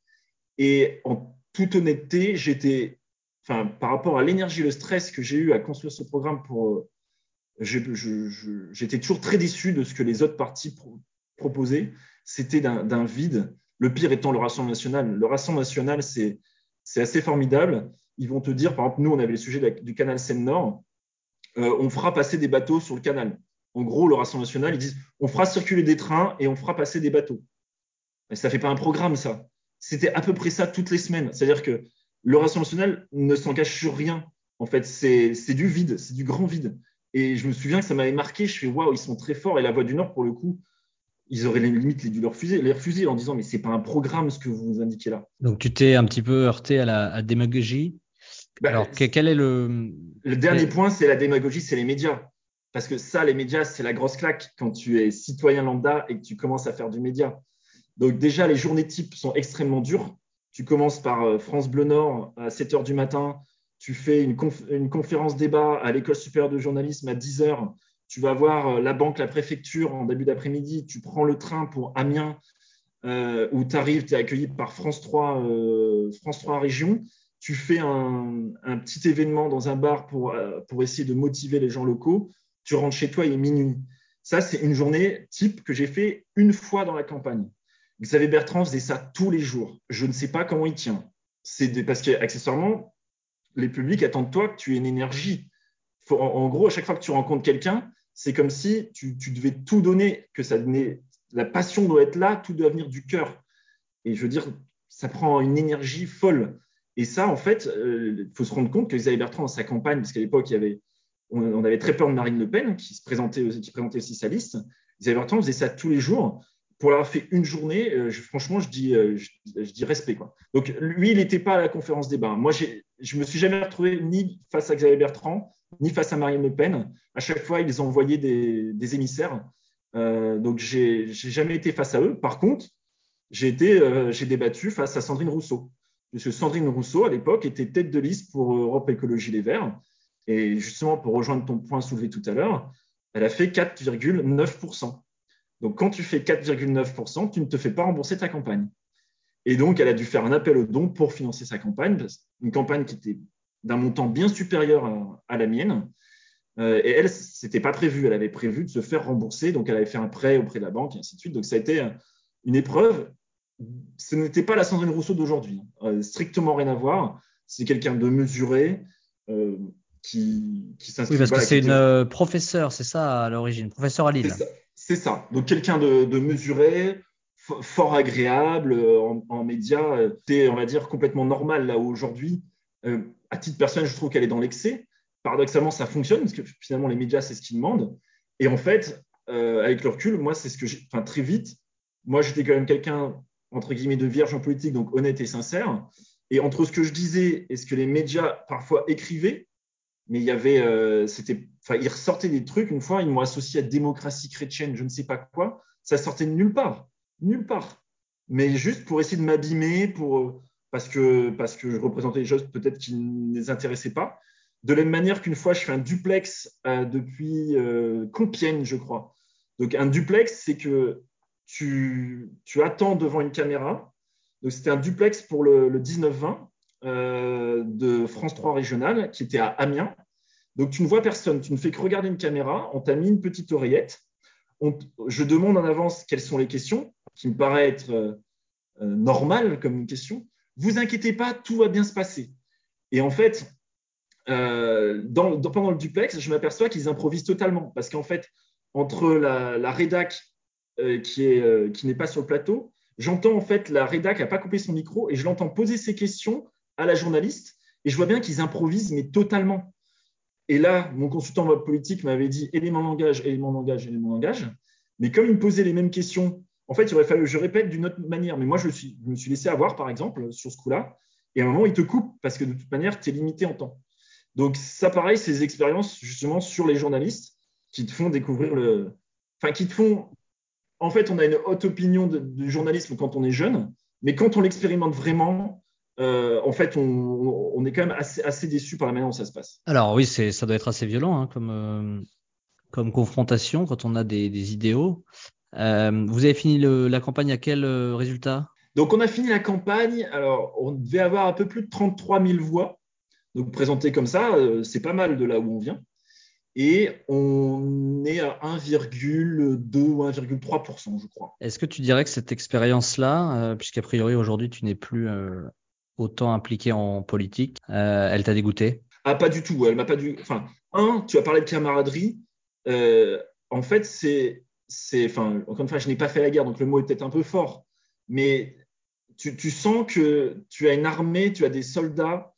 Et en toute honnêteté, j'étais, enfin, par rapport à l'énergie et le stress que j'ai eu à construire ce programme, pour, je, je, je, j'étais toujours très déçu de ce que les autres partis pro, proposaient. C'était d'un, d'un vide. Le pire étant le Rassemblement national. Le Rassemblement national, c'est, c'est assez formidable. Ils vont te dire, par exemple, nous, on avait le sujet de la, du canal Seine-Nord. Euh, on fera passer des bateaux sur le canal. En gros, le Rassemblement national, ils disent, on fera circuler des trains et on fera passer des bateaux. Mais ça ne fait pas un programme, ça. C'était à peu près ça toutes les semaines. C'est-à-dire que le Rassemblement national ne s'engage sur rien. En fait, c'est, c'est du vide, c'est du grand vide. Et je me souviens que ça m'avait marqué. Je fais, waouh, ils sont très forts. Et la Voix du Nord, pour le coup, ils auraient limite dû les refuser, les refuser en disant, mais c'est pas un programme ce que vous indiquez là. Donc, tu t'es un petit peu heurté à la à démagogie. Bah, Alors, que- quel est le… le dernier quel- point, c'est la démagogie, c'est les médias. Parce que ça, les médias, c'est la grosse claque quand tu es citoyen lambda et que tu commences à faire du média. Donc déjà, les journées types sont extrêmement dures. Tu commences par France Bleu Nord à sept heures du matin. Tu fais une, conf- une conférence débat à l'École supérieure de journalisme à dix heures. Tu vas voir la banque, la préfecture en début d'après-midi. Tu prends le train pour Amiens euh, où tu arrives, tu es accueilli par France trois, euh, France trois Région. Tu fais un, un, petit événement dans un bar pour, euh, pour essayer de motiver les gens locaux. Tu rentres chez toi, il est minuit. Ça, c'est une journée type que j'ai fait une fois dans la campagne. Xavier Bertrand faisait ça tous les jours. Je ne sais pas comment il tient. C'est des, parce qu'accessoirement, les publics attendent de toi que tu aies une énergie. Faut, en, en, gros, à chaque fois que tu rencontres quelqu'un, c'est comme si tu, tu devais tout donner, que ça donnait, la passion doit être là, tout doit venir du cœur. Et je veux dire, ça prend une énergie folle. Et ça, en fait, il euh, faut se rendre compte que Xavier Bertrand, dans sa campagne, parce qu'à l'époque, il y avait on, on avait très peur de Marine Le Pen, qui, se présentait, qui présentait aussi sa liste. Xavier Bertrand faisait ça tous les jours. Pour l'avoir fait une journée, euh, je, franchement, je dis, euh, je, je dis respect, quoi. Donc, lui, il n'était pas à la conférence débat. Moi, j'ai, je ne me suis jamais retrouvé ni face à Xavier Bertrand, ni face à Marine Le Pen. À chaque fois, ils envoyaient des, des émissaires. Euh, donc, je n'ai jamais été face à eux. Par contre, j'ai, été, euh, j'ai débattu face à Sandrine Rousseau. Parce que Sandrine Rousseau, à l'époque, était tête de liste pour Europe Écologie Les Verts. Et justement, pour rejoindre ton point soulevé tout à l'heure, elle a fait quatre virgule neuf pour cent. Donc, quand tu fais quatre virgule neuf pour cent, tu ne te fais pas rembourser ta campagne. Et donc, elle a dû faire un appel aux dons pour financer sa campagne, une campagne qui était d'un montant bien supérieur à, à la mienne. Euh, et elle, ce n'était pas prévu. Elle avait prévu de se faire rembourser. Donc, elle avait fait un prêt auprès de la banque et ainsi de suite. Donc, ça a été une épreuve. Ce n'était pas la Sandrine Rousseau d'aujourd'hui. Euh, strictement rien à voir. C'est quelqu'un de mesuré euh, qui, qui Oui, s'inscrit. parce que Voilà, c'est qui une était, euh, professeure, c'est ça à l'origine, professeure à c'est Lille. ça. C'est ça. Donc, quelqu'un de, de mesuré, f- fort agréable euh, en, en médias. euh, C'est, on va dire, complètement normal là où aujourd'hui. Euh, à titre personnel, je trouve qu'elle est dans l'excès. Paradoxalement, ça fonctionne parce que finalement, les médias, c'est ce qu'ils demandent. Et en fait, euh, avec le recul, moi, c'est ce que j'ai. Enfin, très vite, moi, j'étais quand même quelqu'un, entre guillemets, de vierge en politique, donc honnête et sincère. Et entre ce que je disais et ce que les médias parfois écrivaient, mais il y avait, euh, c'était, enfin, ils ressortaient des trucs. Une fois, ils m'ont associé à démocratie chrétienne, je ne sais pas quoi. Ça sortait de nulle part, nulle part. Mais juste pour essayer de m'abîmer, pour parce que parce que je représentais des choses peut-être qui ne les intéressaient pas. De la même manière qu'une fois, je fais un duplex euh, depuis euh, Compiègne, je crois. Donc un duplex, c'est que tu, tu attends devant une caméra. Donc c'était un duplex pour le, le dix-neuf vingt euh, de France trois Régional, qui était à Amiens. Donc, tu ne vois personne, tu ne fais que regarder une caméra, on t'a mis une petite oreillette, on, je demande en avance quelles sont les questions, qui me paraît être euh, euh, normales comme question. Vous inquiétez pas, tout va bien se passer. Et en fait, euh, dans, dans, pendant le duplex, je m'aperçois qu'ils improvisent totalement, parce qu'en fait, entre la, la rédac euh, qui est, euh, qui n'est pas sur le plateau, j'entends en fait la rédac n'a pas coupé son micro et je l'entends poser ses questions à la journaliste et je vois bien qu'ils improvisent, mais totalement. Et là, mon consultant en politique m'avait dit élément langage, élément langage, élément langage. Mais comme il me posait les mêmes questions, en fait, il aurait fallu que je répète d'une autre manière. Mais moi, je, suis, je me suis laissé avoir, par exemple, sur ce coup-là. Et à un moment, il te coupe parce que de toute manière, tu es limité en temps. Donc, ça, pareil, ces expériences, justement, sur les journalistes qui te font découvrir le. Enfin, qui te font. En fait, on a une haute opinion de, du journalisme quand on est jeune, mais quand on l'expérimente vraiment, euh, en fait, on, on, est quand même assez, assez déçu par la manière dont ça se passe. Alors oui, c'est, ça doit être assez violent hein, comme, euh, comme confrontation quand on a des, des idéaux. Euh, vous avez fini le, la campagne à quel euh, résultat? Donc, on a fini la campagne. Alors, on devait avoir un peu plus de trente-trois mille voix. Donc, présenté comme ça, euh, c'est pas mal de là où on vient. Et on est à un virgule deux ou un virgule trois pour cent, je crois. Est-ce que tu dirais que cette expérience-là, euh, puisqu'a priori aujourd'hui tu n'es plus euh, autant impliqué en politique, euh, elle t'a dégoûté? Ah, pas du tout. Elle m'a pas dû. Enfin, un, tu as parlé de camaraderie. Euh, en fait, c'est, c'est. Enfin, encore une fois, je n'ai pas fait la guerre, donc le mot est peut-être un peu fort. Mais tu, tu sens que tu as une armée, tu as des soldats.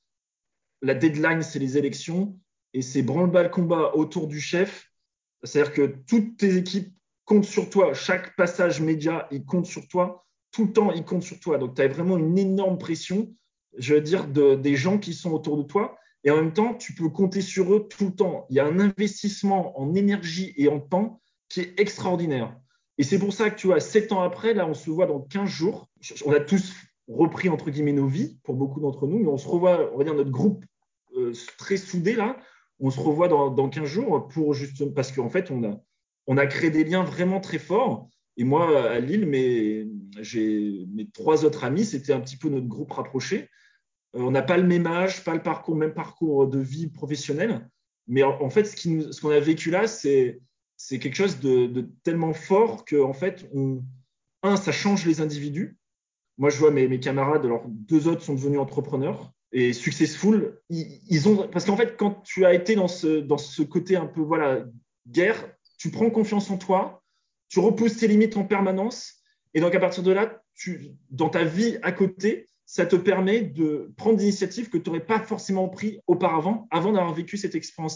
La deadline, c'est les élections. Et c'est branle-bas combat autour du chef. C'est-à-dire que toutes tes équipes comptent sur toi. Chaque passage média, il compte sur toi. Tout le temps, il compte sur toi. Donc, tu as vraiment une énorme pression, je veux dire, de, des gens qui sont autour de toi. Et en même temps, tu peux compter sur eux tout le temps. Il y a un investissement en énergie et en temps qui est extraordinaire. Et c'est pour ça que, tu vois, sept ans après, là, on se voit dans quinze jours. On a tous repris, entre guillemets, nos vies, pour beaucoup d'entre nous, mais on se revoit, on va dire, notre groupe euh, très soudé, là, on se revoit dans, dans quinze jours pour juste, parce qu'en fait, on a, on a créé des liens vraiment très forts. Et moi, à Lille, mes, j'ai, mes trois autres amis, c'était un petit peu notre groupe rapproché. Euh, on n'a pas le même âge, pas le parcours, même parcours de vie professionnelle. Mais en, en fait, ce, qui nous, ce qu'on a vécu là, c'est, c'est quelque chose de, de tellement fort que, en fait, on, un, ça change les individus. Moi, je vois mes, mes camarades, alors deux autres sont devenus entrepreneurs et successful. Ils, ils ont, parce qu'en fait, quand tu as été dans ce, dans ce côté un peu voilà, guerre, tu prends confiance en toi, tu repousses tes limites en permanence. Et donc, à partir de là, tu, dans ta vie à côté, ça te permet de prendre des initiatives que tu n'aurais pas forcément pris auparavant, avant d'avoir vécu cette expérience-là,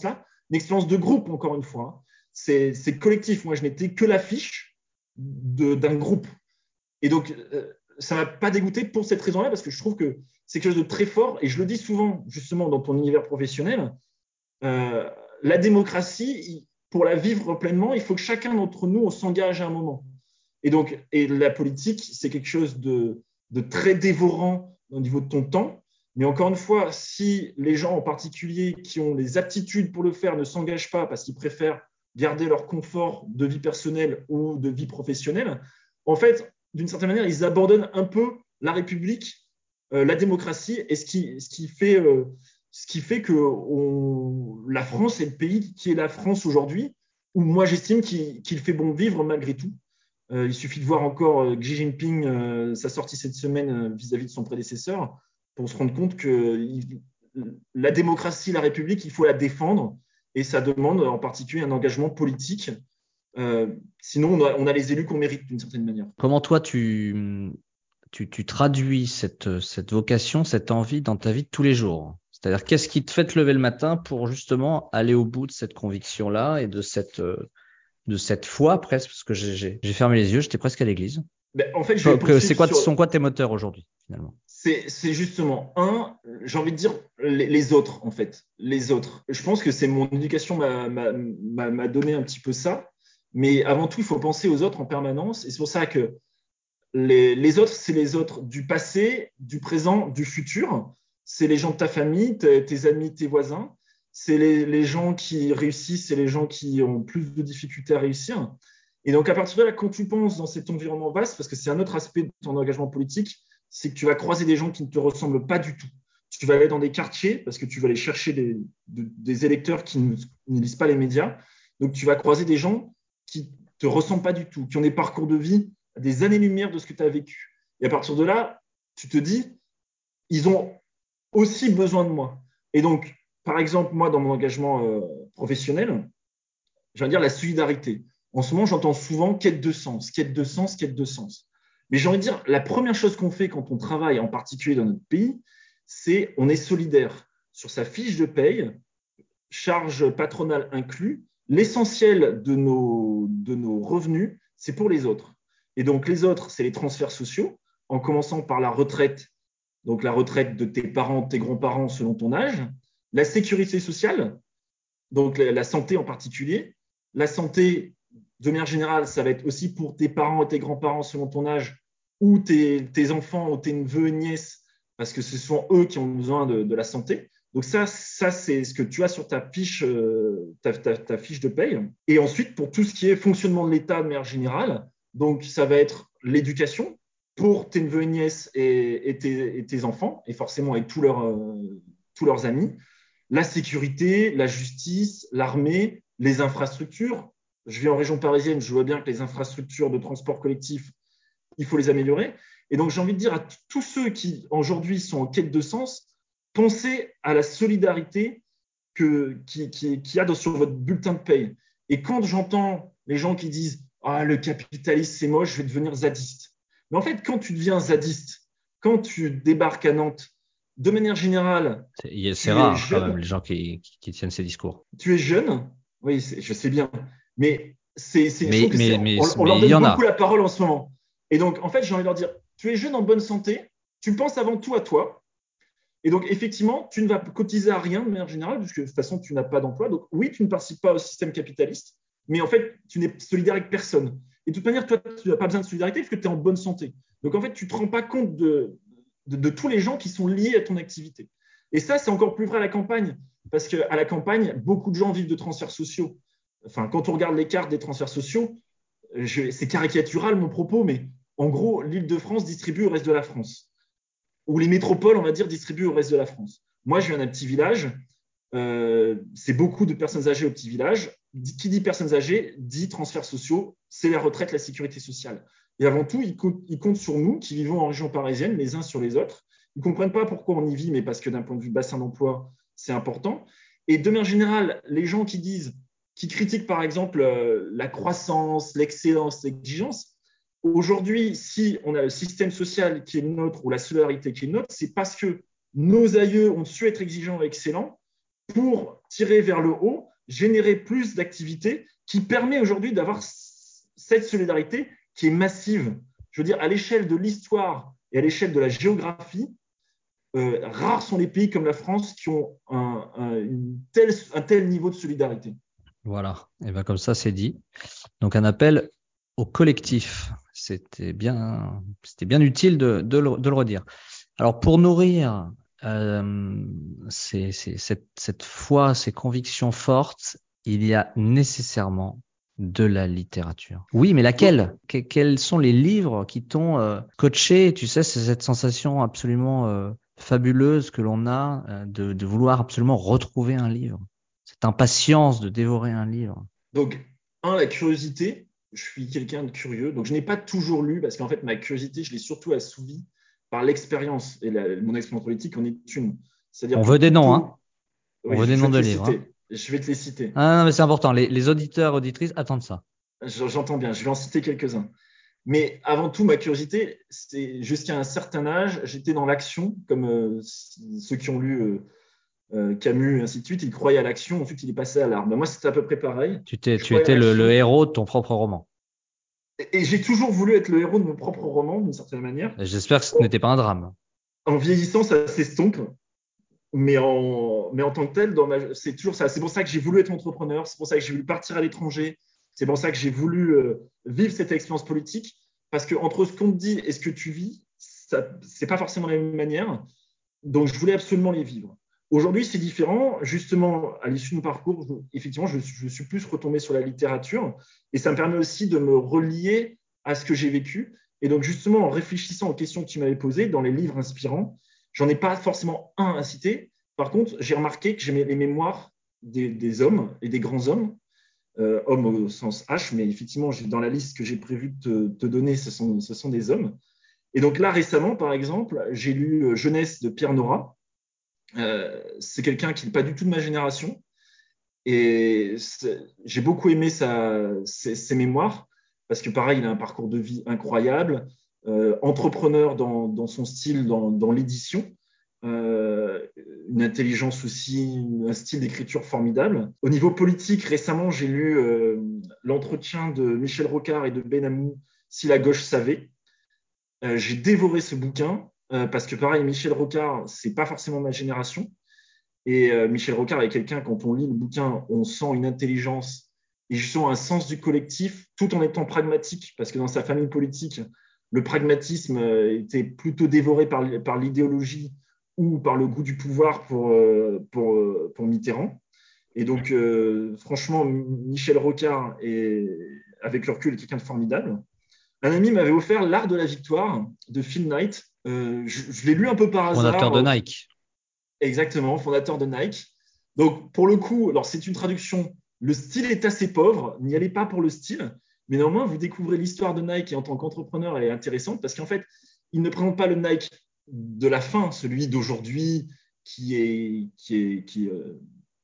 une expérience de groupe, encore une fois. Hein. C'est, c'est collectif. Moi, je n'étais que l'affiche de, d'un groupe. Et donc, euh, ça ne m'a pas dégoûté pour cette raison-là, parce que je trouve que c'est quelque chose de très fort. Et je le dis souvent, justement, dans ton univers professionnel, euh, la démocratie, pour la vivre pleinement, il faut que chacun d'entre nous, on s'engage à un moment. Et donc, et la politique, c'est quelque chose de, de très dévorant au niveau de ton temps. Mais encore une fois, si les gens en particulier qui ont les aptitudes pour le faire ne s'engagent pas parce qu'ils préfèrent garder leur confort de vie personnelle ou de vie professionnelle, en fait, d'une certaine manière, ils abandonnent un peu la République, euh, la démocratie, et ce qui, ce qui fait, euh, ce qui fait que on, la France est le pays qui est la France aujourd'hui, où moi j'estime qu'il, qu'il fait bon vivre malgré tout. Euh, il suffit de voir encore euh, Xi Jinping, euh, sa sortie cette semaine euh, vis-à-vis de son prédécesseur, pour se rendre compte que il, la démocratie, la République, il faut la défendre, et ça demande en particulier un engagement politique. Euh, sinon, on a, on a les élus qu'on mérite d'une certaine manière. Comment toi, tu, tu, tu traduis cette, cette vocation, cette envie dans ta vie de tous les jours? C'est-à-dire, qu'est-ce qui te fait te lever le matin pour justement aller au bout de cette conviction-là et de cette, de cette foi presque, parce que j'ai, j'ai, j'ai fermé les yeux, j'étais presque à l'église. Ben, en fait, je vais Que, c'est poursuivre quoi, sur. sont quoi tes moteurs aujourd'hui, finalement? C'est, c'est justement, un, j'ai envie de dire les, les autres, en fait. Les autres. Je pense que c'est mon éducation m'a, m'a, m'a, m'a donné un petit peu ça. Mais avant tout, il faut penser aux autres en permanence. Et c'est pour ça que les, les autres, c'est les autres du passé, du présent, du futur. C'est les gens de ta famille, tes, tes amis, tes voisins. C'est les, les gens qui réussissent, c'est les gens qui ont plus de difficultés à réussir. Et donc, à partir de là, quand tu penses dans cet environnement vaste, parce que c'est un autre aspect de ton engagement politique, c'est que tu vas croiser des gens qui ne te ressemblent pas du tout. Tu vas aller dans des quartiers parce que tu vas aller chercher des, de, des électeurs qui ne, ne lisent pas les médias. Donc, tu vas croiser des gens qui ne te ressemblent pas du tout, qui ont des parcours de vie à des années-lumière de ce que tu as vécu. Et à partir de là, tu te dis, ils ont aussi besoin de moi. Et donc, par exemple, moi, dans mon engagement euh, professionnel, je vais dire la solidarité. En ce moment, j'entends souvent quête de sens, quête de sens, quête de sens. Mais j'ai envie de dire, la première chose qu'on fait quand on travaille, en particulier dans notre pays, c'est on est solidaire. Sur sa fiche de paye, charge patronale inclus, l'essentiel de nos, de nos revenus, c'est pour les autres. Et donc, les autres, c'est les transferts sociaux, en commençant par la retraite, donc la retraite de tes parents, de tes grands-parents selon ton âge, la sécurité sociale, donc la santé en particulier. La santé, de manière générale, ça va être aussi pour tes parents et tes grands-parents selon ton âge, ou tes, tes enfants ou tes neveux et nièces, parce que ce sont eux qui ont besoin de, de la santé. Donc ça, ça c'est ce que tu as sur ta fiche, euh, ta, ta, ta fiche de paye. Et ensuite, pour tout ce qui est fonctionnement de l'État de manière générale, donc ça va être l'éducation pour tes neveux et nièces et, et, tes, et tes enfants, et forcément avec tous leurs, euh, tous leurs amis. La sécurité, la justice, l'armée, les infrastructures. Je vis en région parisienne, je vois bien que les infrastructures de transport collectif, il faut les améliorer. Et donc, j'ai envie de dire à tous ceux qui, aujourd'hui, sont en quête de sens, pensez à la solidarité que, qui, qui, qui y a sur votre bulletin de paye. Et quand j'entends les gens qui disent « Ah, le capitalisme, c'est moche, je vais devenir zadiste ». Mais en fait, quand tu deviens zadiste, quand tu débarques à Nantes, de manière générale, C'est, c'est tu es rare quand même jeune, les gens qui, qui, qui tiennent ces discours. tu es jeune, oui, je sais bien, mais c'est, c'est, je Mais, trouve que c'est, mais, mais, on, on leur mais il y donne en beaucoup a. la parole en ce moment. Et donc, en fait, j'ai envie de leur dire, tu es jeune en bonne santé, tu penses avant tout à toi. Et donc, effectivement, tu ne vas cotiser à rien de manière générale, puisque de toute façon, tu n'as pas d'emploi. Donc, oui, tu ne participes pas au système capitaliste, mais en fait, tu n'es solidaire avec personne. Et de toute manière, toi, tu n'as pas besoin de solidarité puisque tu es en bonne santé. Donc, en fait, tu ne te rends pas compte de, de, de tous les gens qui sont liés à ton activité. Et ça, c'est encore plus vrai à la campagne, parce qu'à la campagne, beaucoup de gens vivent de transferts sociaux. Enfin, quand on regarde les cartes des transferts sociaux, je, c'est caricatural mon propos, mais en gros, l'Île-de-France distribue au reste de la France. Ou les métropoles, on va dire, distribuent au reste de la France. Moi, je viens d'un petit village. Euh, c'est beaucoup de personnes âgées au petit village. Qui dit personnes âgées dit transferts sociaux, c'est la retraite, la sécurité sociale. Et avant tout, ils, co- ils comptent sur nous qui vivons en région parisienne, les uns sur les autres. Ils ne comprennent pas pourquoi on y vit, mais parce que d'un point de vue bassin d'emploi, c'est important. Et de manière générale, les gens qui disent, qui critiquent par exemple euh, la croissance, l'excellence, l'exigence, aujourd'hui, si on a le système social qui est le nôtre ou la solidarité qui est le nôtre, c'est parce que nos aïeux ont su être exigeants et excellents pour tirer vers le haut. générer plus d'activités qui permet aujourd'hui d'avoir cette solidarité qui est massive. Je veux dire, à l'échelle de l'histoire et à l'échelle de la géographie, euh, rares sont les pays comme la France qui ont un, un, une telle, un tel niveau de solidarité. Voilà, et bien comme ça c'est dit. Donc un appel au collectif. C'était bien, c'était bien utile de, de, le, de le redire. Alors pour nourrir euh, ces, ces, cette, cette foi, ces convictions fortes, il y a nécessairement de la littérature. Oui, mais laquelle? Que, Quels sont les livres qui t'ont euh, coaché? Tu sais, c'est cette sensation absolument euh, fabuleuse que l'on a euh, de, de vouloir absolument retrouver un livre. Cette impatience de dévorer un livre. Donc, un, la curiosité. Je suis quelqu'un de curieux. Donc, je n'ai pas toujours lu parce qu'en fait, ma curiosité, je l'ai surtout assouvie par l'expérience. Et la, mon expérience politique en est une. C'est-à-dire On que veut des plus noms, hein? tôt, On oui, veut je des vais noms te de les livres, hein? citer. Je vais te les citer. Ah, non, mais c'est important. Les, les auditeurs, auditrices attendent ça. J'entends bien. Je vais en citer quelques-uns. Mais avant tout, ma curiosité, c'est jusqu'à un certain âge, j'étais dans l'action, comme euh, ceux qui ont lu euh, euh, Camus et ainsi de suite. Ils croyaient à l'action, ensuite il est passé à l'art. Ben, moi, c'était à peu près pareil. Tu t'es, Je tu croyais à étais le, le l'action. héros de ton propre roman. Et, et j'ai toujours voulu être le héros de mon propre roman, d'une certaine manière. Et j'espère que ce n'était pas un drame. En vieillissant, ça s'estompe. Mais en, mais en tant que tel, dans ma, c'est toujours ça. C'est pour ça que j'ai voulu être entrepreneur, c'est pour ça que j'ai voulu partir à l'étranger, c'est pour ça que j'ai voulu euh, vivre cette expérience politique, parce que entre ce qu'on te dit et ce que tu vis, ça, c'est pas forcément la même manière. Donc, je voulais absolument les vivre. Aujourd'hui, c'est différent. Justement, à l'issue de mon parcours, je, effectivement, je, je suis plus retombé sur la littérature, et ça me permet aussi de me relier à ce que j'ai vécu. Et donc, justement, en réfléchissant aux questions que tu m'avais posées dans les livres inspirants, j'en ai pas forcément un à citer. Par contre, j'ai remarqué que j'aimais les mémoires des, des hommes et des grands hommes, euh, hommes au sens H, mais effectivement, dans la liste que j'ai prévu de te, te donner, ce sont, ce sont des hommes. Et donc là, récemment, par exemple, j'ai lu Jeunesse de Pierre Nora. Euh, c'est quelqu'un qui n'est pas du tout de ma génération. Et j'ai beaucoup aimé sa, ses, ses, mémoires, parce que pareil, il a un parcours de vie incroyable, euh, entrepreneur dans, dans, son style, dans, dans l'édition, euh, une intelligence aussi, un style d'écriture formidable. Au niveau politique, récemment, j'ai lu euh, l'entretien de Michel Rocard et de Benamou, Si la gauche savait. Euh, j'ai dévoré ce bouquin, euh, parce que pareil, Michel Rocard, c'est pas forcément ma génération. Et euh, Michel Rocard est quelqu'un, quand on lit le bouquin, on sent une intelligence et justement un sens du collectif, tout en étant pragmatique, parce que dans sa famille politique, le pragmatisme euh, était plutôt dévoré par, par l'idéologie ou par le goût du pouvoir pour, euh, pour, euh, pour Mitterrand. Et donc, euh, franchement, Michel Rocard, est, avec le recul, est quelqu'un de formidable. Un ami m'avait offert L'Art de la Victoire de Phil Knight. Euh, je, je l'ai lu un peu par Fondateur hasard. de Euh, Nike. Exactement, fondateur de Nike. Donc, pour le coup, alors c'est une traduction. Le style est assez pauvre, n'y allez pas pour le style, mais néanmoins, vous découvrez l'histoire de Nike et en tant qu'entrepreneur, elle est intéressante parce qu'en fait, il ne présente pas le Nike de la fin, celui d'aujourd'hui qui est, qui est, qui est euh,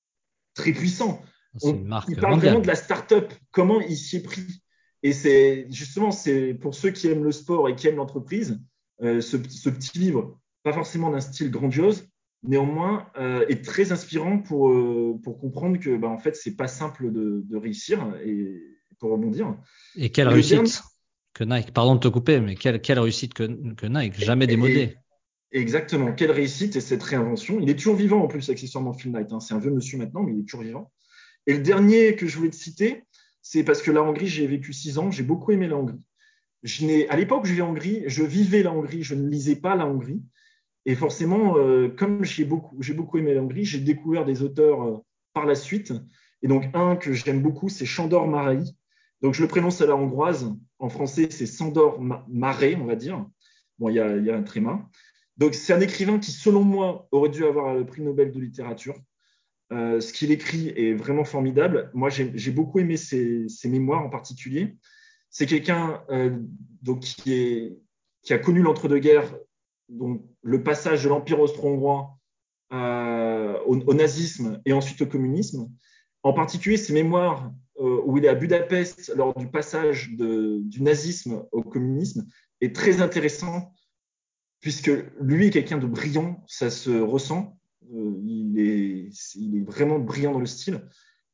très puissant. C'est On, une marque il parle vraiment de mondiale. la start-up, comment il s'y est pris. Et c'est justement, c'est pour ceux qui aiment le sport et qui aiment l'entreprise, euh, ce, ce petit livre, pas forcément d'un style grandiose, néanmoins, euh, est très inspirant pour, euh, pour comprendre que, bah, en fait, c'est pas simple de, de réussir et pour rebondir. Et quelle Et le dernier, réussite que Nike. Pardon de te couper, mais quelle, quelle réussite que, que Nike. Jamais et, démodé. et exactement, quelle réussite et cette réinvention. Il est toujours vivant en plus, accessoirement, Phil Knight. Hein. C'est un vieux monsieur maintenant, mais il est toujours vivant. Et le dernier que je voulais te citer, c'est parce que la Hongrie, j'ai vécu six ans, j'ai beaucoup aimé la Hongrie. Je n'ai, à l'époque où je vivais en Hongrie, je vivais la Hongrie, je ne lisais pas la Hongrie. Et forcément, euh, comme j'ai beaucoup, j'ai beaucoup aimé la Hongrie, j'ai découvert des auteurs euh, par la suite. Et donc, un que j'aime beaucoup, c'est Sándor Márai. Donc, je le prononce à la hongroise. En français, c'est Sándor Márai, on va dire. Bon, il y a, il y a un tréma. Donc, c'est un écrivain qui, selon moi, aurait dû avoir le prix Nobel de littérature. Euh, ce qu'il écrit est vraiment formidable. Moi, j'ai, j'ai beaucoup aimé ses, ses, mémoires en particulier. C'est quelqu'un euh, donc, qui, est, qui a connu l'entre-deux-guerres, donc le passage de l'Empire austro-hongrois euh, au, au nazisme et ensuite au communisme. En particulier, ses mémoires euh, où il est à Budapest lors du passage de, du nazisme au communisme est très intéressant puisque lui est quelqu'un de brillant, ça se ressent. Euh, il, est, il est vraiment brillant dans le style.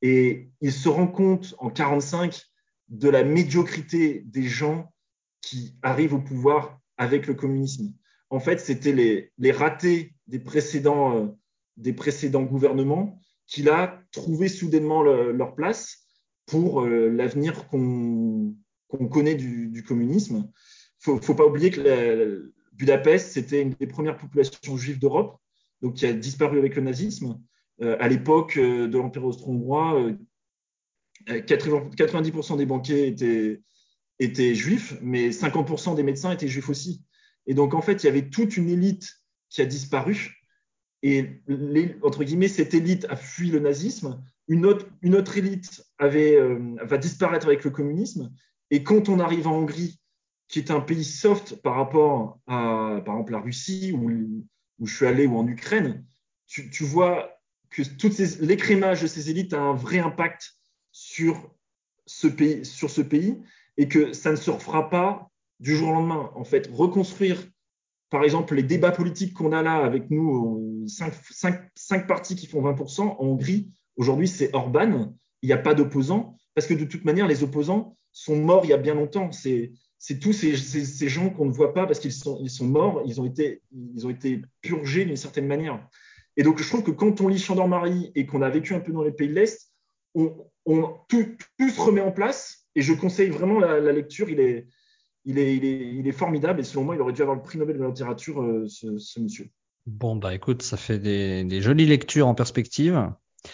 Et il se rend compte en quarante-cinq de la médiocrité des gens qui arrivent au pouvoir avec le communisme. En fait, c'était les, les ratés des précédents, euh, des précédents gouvernements qui là trouvaient soudainement le, leur place pour euh, l'avenir qu'on qu'on connaît du, du communisme. Il ne faut, faut pas oublier que la, Budapest, c'était une des premières populations juives d'Europe, donc qui a disparu avec le nazisme. Euh, à l'époque euh, de l'Empire austro-hongrois, euh, quatre-vingt-dix pour cent des banquiers étaient, étaient juifs, mais cinquante pour cent des médecins étaient juifs aussi. Et donc, en fait, il y avait toute une élite qui a disparu. Et, les, entre guillemets, cette élite a fui le nazisme. Une autre, une autre élite avait, euh, va disparaître avec le communisme. Et quand on arrive en Hongrie, qui est un pays soft par rapport à, par exemple, la Russie, où, où je suis allé, ou en Ukraine, tu, tu vois que toutes ces, l'écrémage de ces élites a un vrai impact sur ce pays, sur ce pays et que ça ne se refera pas du jour au lendemain. En fait, reconstruire, par exemple, les débats politiques qu'on a là avec nous, cinq, cinq, cinq partis qui font vingt pour cent, en Hongrie, aujourd'hui, c'est Orban, il n'y a pas d'opposants, parce que de toute manière, les opposants sont morts il y a bien longtemps. C'est, c'est tous ces, ces, ces gens qu'on ne voit pas parce qu'ils sont, ils sont morts, ils ont, été, ils ont été purgés d'une certaine manière. Et donc, je trouve que quand on lit Chant-Marie et qu'on a vécu un peu dans les pays de l'Est, on, on, tout, tout se remet en place. Et je conseille vraiment la, la lecture. Il est, il est, il, est, il est formidable. Et selon moi, il aurait dû avoir le prix Nobel de la littérature, euh, ce, ce monsieur. Bon, bah écoute, ça fait des, des jolies lectures en perspective.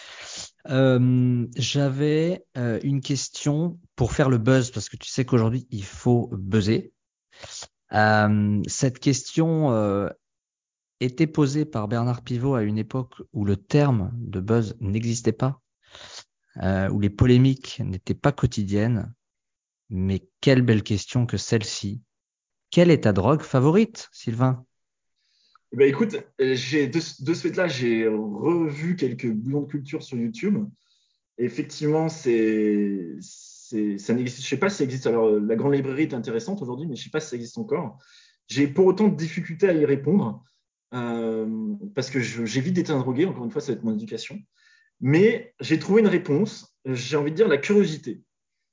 Euh, j'avais euh, une question pour faire le buzz, parce que tu sais qu'aujourd'hui, il faut buzzer. Euh, cette question euh, était posée par Bernard Pivot à une époque où le terme de buzz n'existait pas, euh, où les polémiques n'étaient pas quotidiennes. Mais quelle belle question que celle-ci. Quelle est ta drogue favorite, Sylvain? Eh ben, écoute, j'ai, de, de ce fait-là, j'ai revu quelques bouillons de culture sur YouTube. Et effectivement, c'est, c'est, ça n'existe. Je ne sais pas si ça existe. Alors, la grande librairie est intéressante aujourd'hui, mais je ne sais pas si ça existe encore. J'ai pour autant de difficultés à y répondre euh, parce que je, j'évite d'être un drogué. Encore une fois, ça va être mon éducation. Mais j'ai trouvé une réponse. J'ai envie de dire la curiosité.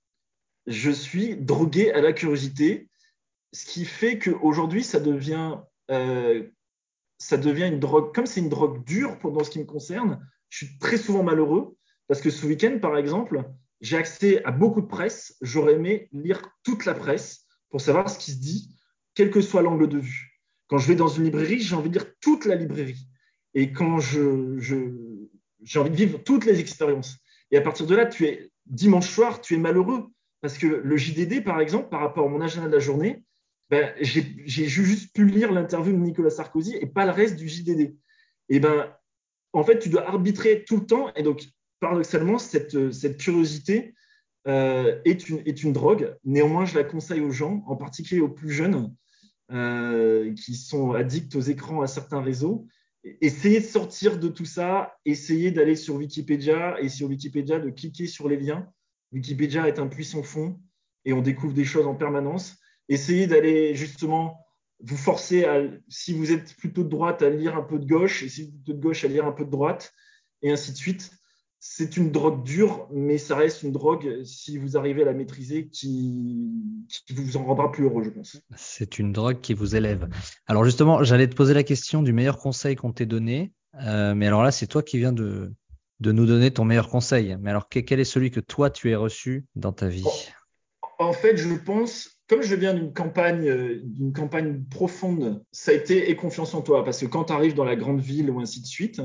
Je suis drogué à la curiosité, ce qui fait qu'aujourd'hui, ça devient, euh, ça devient une drogue. Comme c'est une drogue dure pour, dans ce qui me concerne, je suis très souvent malheureux parce que ce week-end, par exemple, j'ai accès à beaucoup de presse. J'aurais aimé lire toute la presse pour savoir ce qui se dit, quel que soit l'angle de vue. Quand je vais dans une librairie, j'ai envie de lire toute la librairie. Et quand je, je, j'ai envie de vivre toutes les expériences. Et à partir de là, tu es dimanche soir, tu es malheureux parce que le J D D, par exemple, par rapport à mon agenda de la journée, ben, j'ai, j'ai juste pu lire l'interview de Nicolas Sarkozy et pas le reste du J D D. Et ben, en fait, tu dois arbitrer tout le temps. Et donc, paradoxalement, cette, cette curiosité euh, est, une, est une drogue. Néanmoins, je la conseille aux gens, en particulier aux plus jeunes, euh, qui sont addicts aux écrans, à certains réseaux. Essayez de sortir de tout ça, essayez d'aller sur Wikipédia et sur Wikipédia de cliquer sur les liens. Wikipédia est un puissant fond et on découvre des choses en permanence. Essayez d'aller justement vous forcer à, si vous êtes plutôt de droite, à lire un peu de gauche, et si vous êtes plutôt de gauche, à lire un peu de droite, et ainsi de suite. C'est une drogue dure, mais ça reste une drogue, si vous arrivez à la maîtriser, qui, qui vous en rendra plus heureux, je pense. C'est une drogue qui vous élève. Alors justement, j'allais te poser la question du meilleur conseil qu'on t'ait donné, euh, mais alors là, c'est toi qui viens de, de nous donner ton meilleur conseil. Mais alors, que- quel est celui que toi, tu as reçu dans ta En, vie? en fait, je pense, comme je viens d'une campagne, euh, d'une campagne profonde, ça a été aie confiance en toi, parce que quand tu arrives dans la grande ville ou ainsi de suite,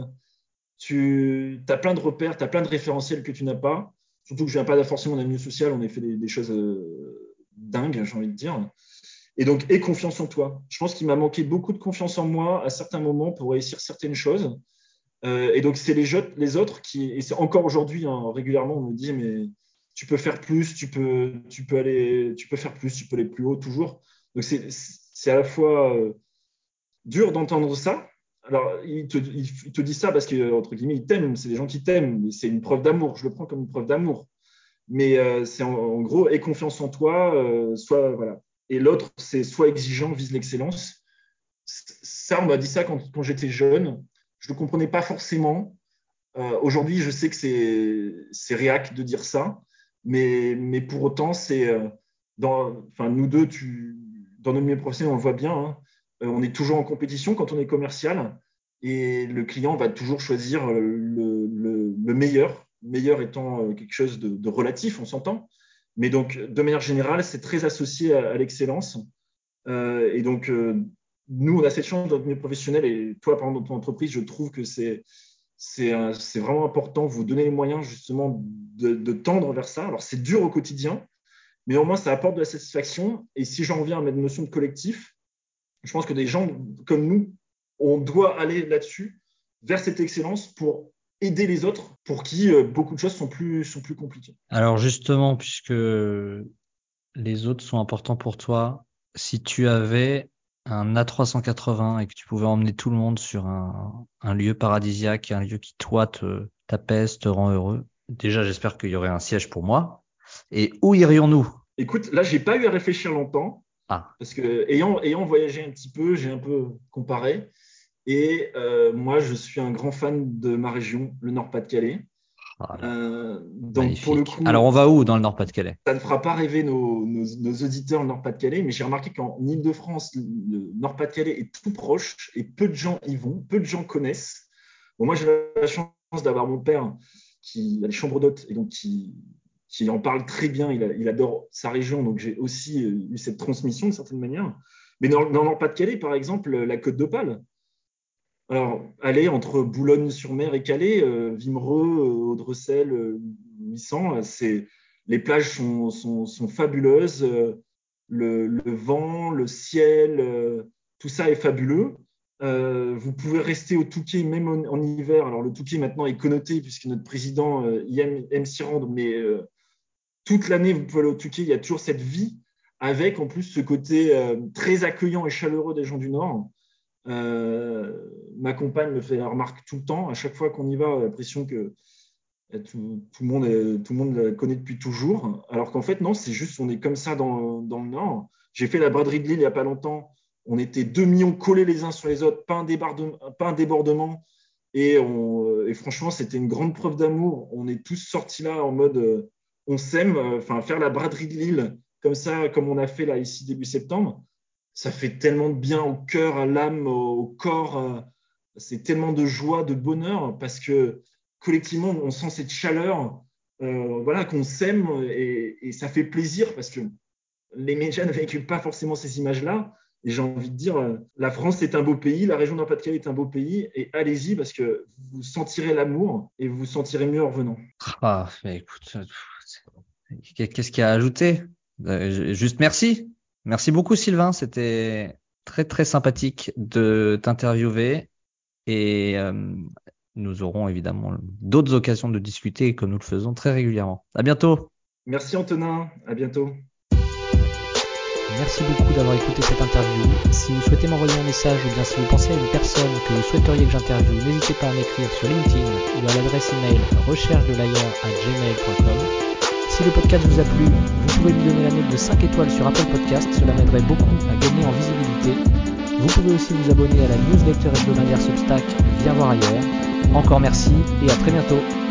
tu as plein de repères, tu as plein de référentiels que tu n'as pas. Surtout que je viens pas forcément d'un milieu social, on a fait des, des choses euh, dingues, j'ai envie de dire. Et donc, aie confiance en toi. Je pense qu'il m'a manqué beaucoup de confiance en moi à certains moments pour réussir certaines choses. Euh, et donc, c'est les, les autres qui, et c'est encore aujourd'hui, hein, régulièrement, on me dit, mais tu peux faire plus, tu peux, tu peux aller, tu peux faire plus, tu peux aller plus haut, toujours. Donc, c'est, c'est à la fois euh, dur d'entendre ça. Alors, il te, il, il te dit ça parce que, entre guillemets, ils t'aiment, c'est des gens qui t'aiment, mais c'est une preuve d'amour. Je le prends comme une preuve d'amour. Mais euh, c'est en, en, gros, aie confiance en toi, euh, soit, voilà. Et l'autre, c'est soit exigeant, vise l'excellence. Ça, on m'a dit ça quand, quand j'étais jeune. Je ne le comprenais pas forcément. Euh, aujourd'hui, je sais que c'est, c'est réac de dire ça, mais, mais pour autant, c'est euh, dans, enfin, nous deux, tu, dans notre milieu professionnel, on le voit bien, hein, euh, on est toujours en compétition quand on est commercial et le client va toujours choisir le, le, le meilleur, meilleur étant euh, quelque chose de, de relatif, on s'entend. Mais donc, de manière générale, c'est très associé à, à l'excellence. Euh, et donc, euh, nous, on a cette chance dans notre milieu professionnel et toi, par exemple, dans ton entreprise, je trouve que c'est c'est euh, c'est vraiment important, vous donner les moyens justement de, de tendre vers ça. Alors, c'est dur au quotidien, mais au moins, ça apporte de la satisfaction. Et si j'en reviens à ma notion de collectif, je pense que des gens comme nous, on doit aller là-dessus, vers cette excellence pour aider les autres, pour qui euh, beaucoup de choses sont plus, sont plus compliquées. Alors justement, puisque les autres sont importants pour toi, si tu avais un A trois cent quatre-vingts et que tu pouvais emmener tout le monde sur un, un lieu paradisiaque, un lieu qui toi te t'apaise, te rend heureux, déjà j'espère qu'il y aurait un siège pour moi. Et où irions-nous? Écoute, là, j'ai pas eu à réfléchir longtemps, Ah, parce que ayant, ayant voyagé un petit peu, j'ai un peu comparé. Et euh, moi, je suis un grand fan de ma région, le Nord-Pas-de-Calais. voilà, Euh, donc, pour le magnifique. Alors on coup, va où dans le Nord-Pas-de-Calais? ça ne fera pas rêver nos, nos, nos auditeurs le Nord-Pas-de-Calais, mais j'ai remarqué qu'en Ile-de-France, le Nord-Pas-de-Calais est tout proche et peu de gens y vont, peu de gens connaissent. Bon, moi, j'ai la chance d'avoir mon père qui a les chambres d'hôtes et donc qui, qui en parle très bien. Il, a, il adore sa région, donc j'ai aussi eu cette transmission d'une certaine manière. Mais dans, dans le Nord-Pas-de-Calais, par exemple, la Côte d'Opale, alors, aller entre Boulogne-sur-Mer et Calais, euh, Vimereux, euh, Audrecel, euh, huit cents, c'est, les plages sont, sont, sont fabuleuses, euh, le, le vent, le ciel, euh, tout ça est fabuleux. Euh, vous pouvez rester au Touquet même en, en hiver. Alors, le Touquet maintenant est connoté puisque notre président euh, y aime, aime s'y rendre, mais euh, toute l'année, vous pouvez aller au Touquet, il y a toujours cette vie avec en plus ce côté euh, très accueillant et chaleureux des gens du Nord. Euh, ma compagne me fait la remarque tout le temps. À chaque fois qu'on y va, on a l'impression que euh, tout, tout, le monde est, tout le monde la connaît depuis toujours. Alors qu'en fait, non, c'est juste on est comme ça dans, dans le Nord. J'ai fait la braderie de Lille il n'y a pas longtemps. On était deux millions collés les uns sur les autres, pas un débordement. Pas un débordement. Et, on, et franchement, c'était une grande preuve d'amour. On est tous sortis là en mode euh, on s'aime. Enfin, faire la braderie de Lille comme ça, comme on a fait là ici début septembre, ça fait tellement de bien au cœur, à l'âme, au corps. euh, C'est tellement de joie, de bonheur, parce que collectivement, on sent cette chaleur, euh, voilà, qu'on s'aime et, et ça fait plaisir parce que les médias ne véhiculent pas forcément ces images-là. Et j'ai envie de dire, euh, la France est un beau pays, la région Nord-Pas-de-Calais est un beau pays, et allez-y parce que vous sentirez l'amour et vous vous sentirez mieux en revenant. Ah, mais écoute, euh, qu'est-ce qu'il y a à ajouter? Euh, Juste merci. Merci beaucoup, Sylvain. C'était très, très sympathique de t'interviewer et euh, nous aurons évidemment d'autres occasions de discuter comme nous le faisons très régulièrement. À bientôt. Merci Antonin, à bientôt. Merci beaucoup d'avoir écouté cette interview. Si vous souhaitez m'envoyer un message ou bien si vous pensez à une personne que vous souhaiteriez que j'interviewe, n'hésitez pas à m'écrire sur LinkedIn ou à l'adresse email recherche de l'ailleurs arobase gmail point com. Si le podcast vous a plu, vous pouvez lui donner la note de cinq étoiles sur Apple Podcast, cela m'aiderait beaucoup à gagner en visibilité. Vous pouvez aussi vous abonner à la newsletter hebdomadaire Substack Viens voir ailleurs. Encore merci et à très bientôt.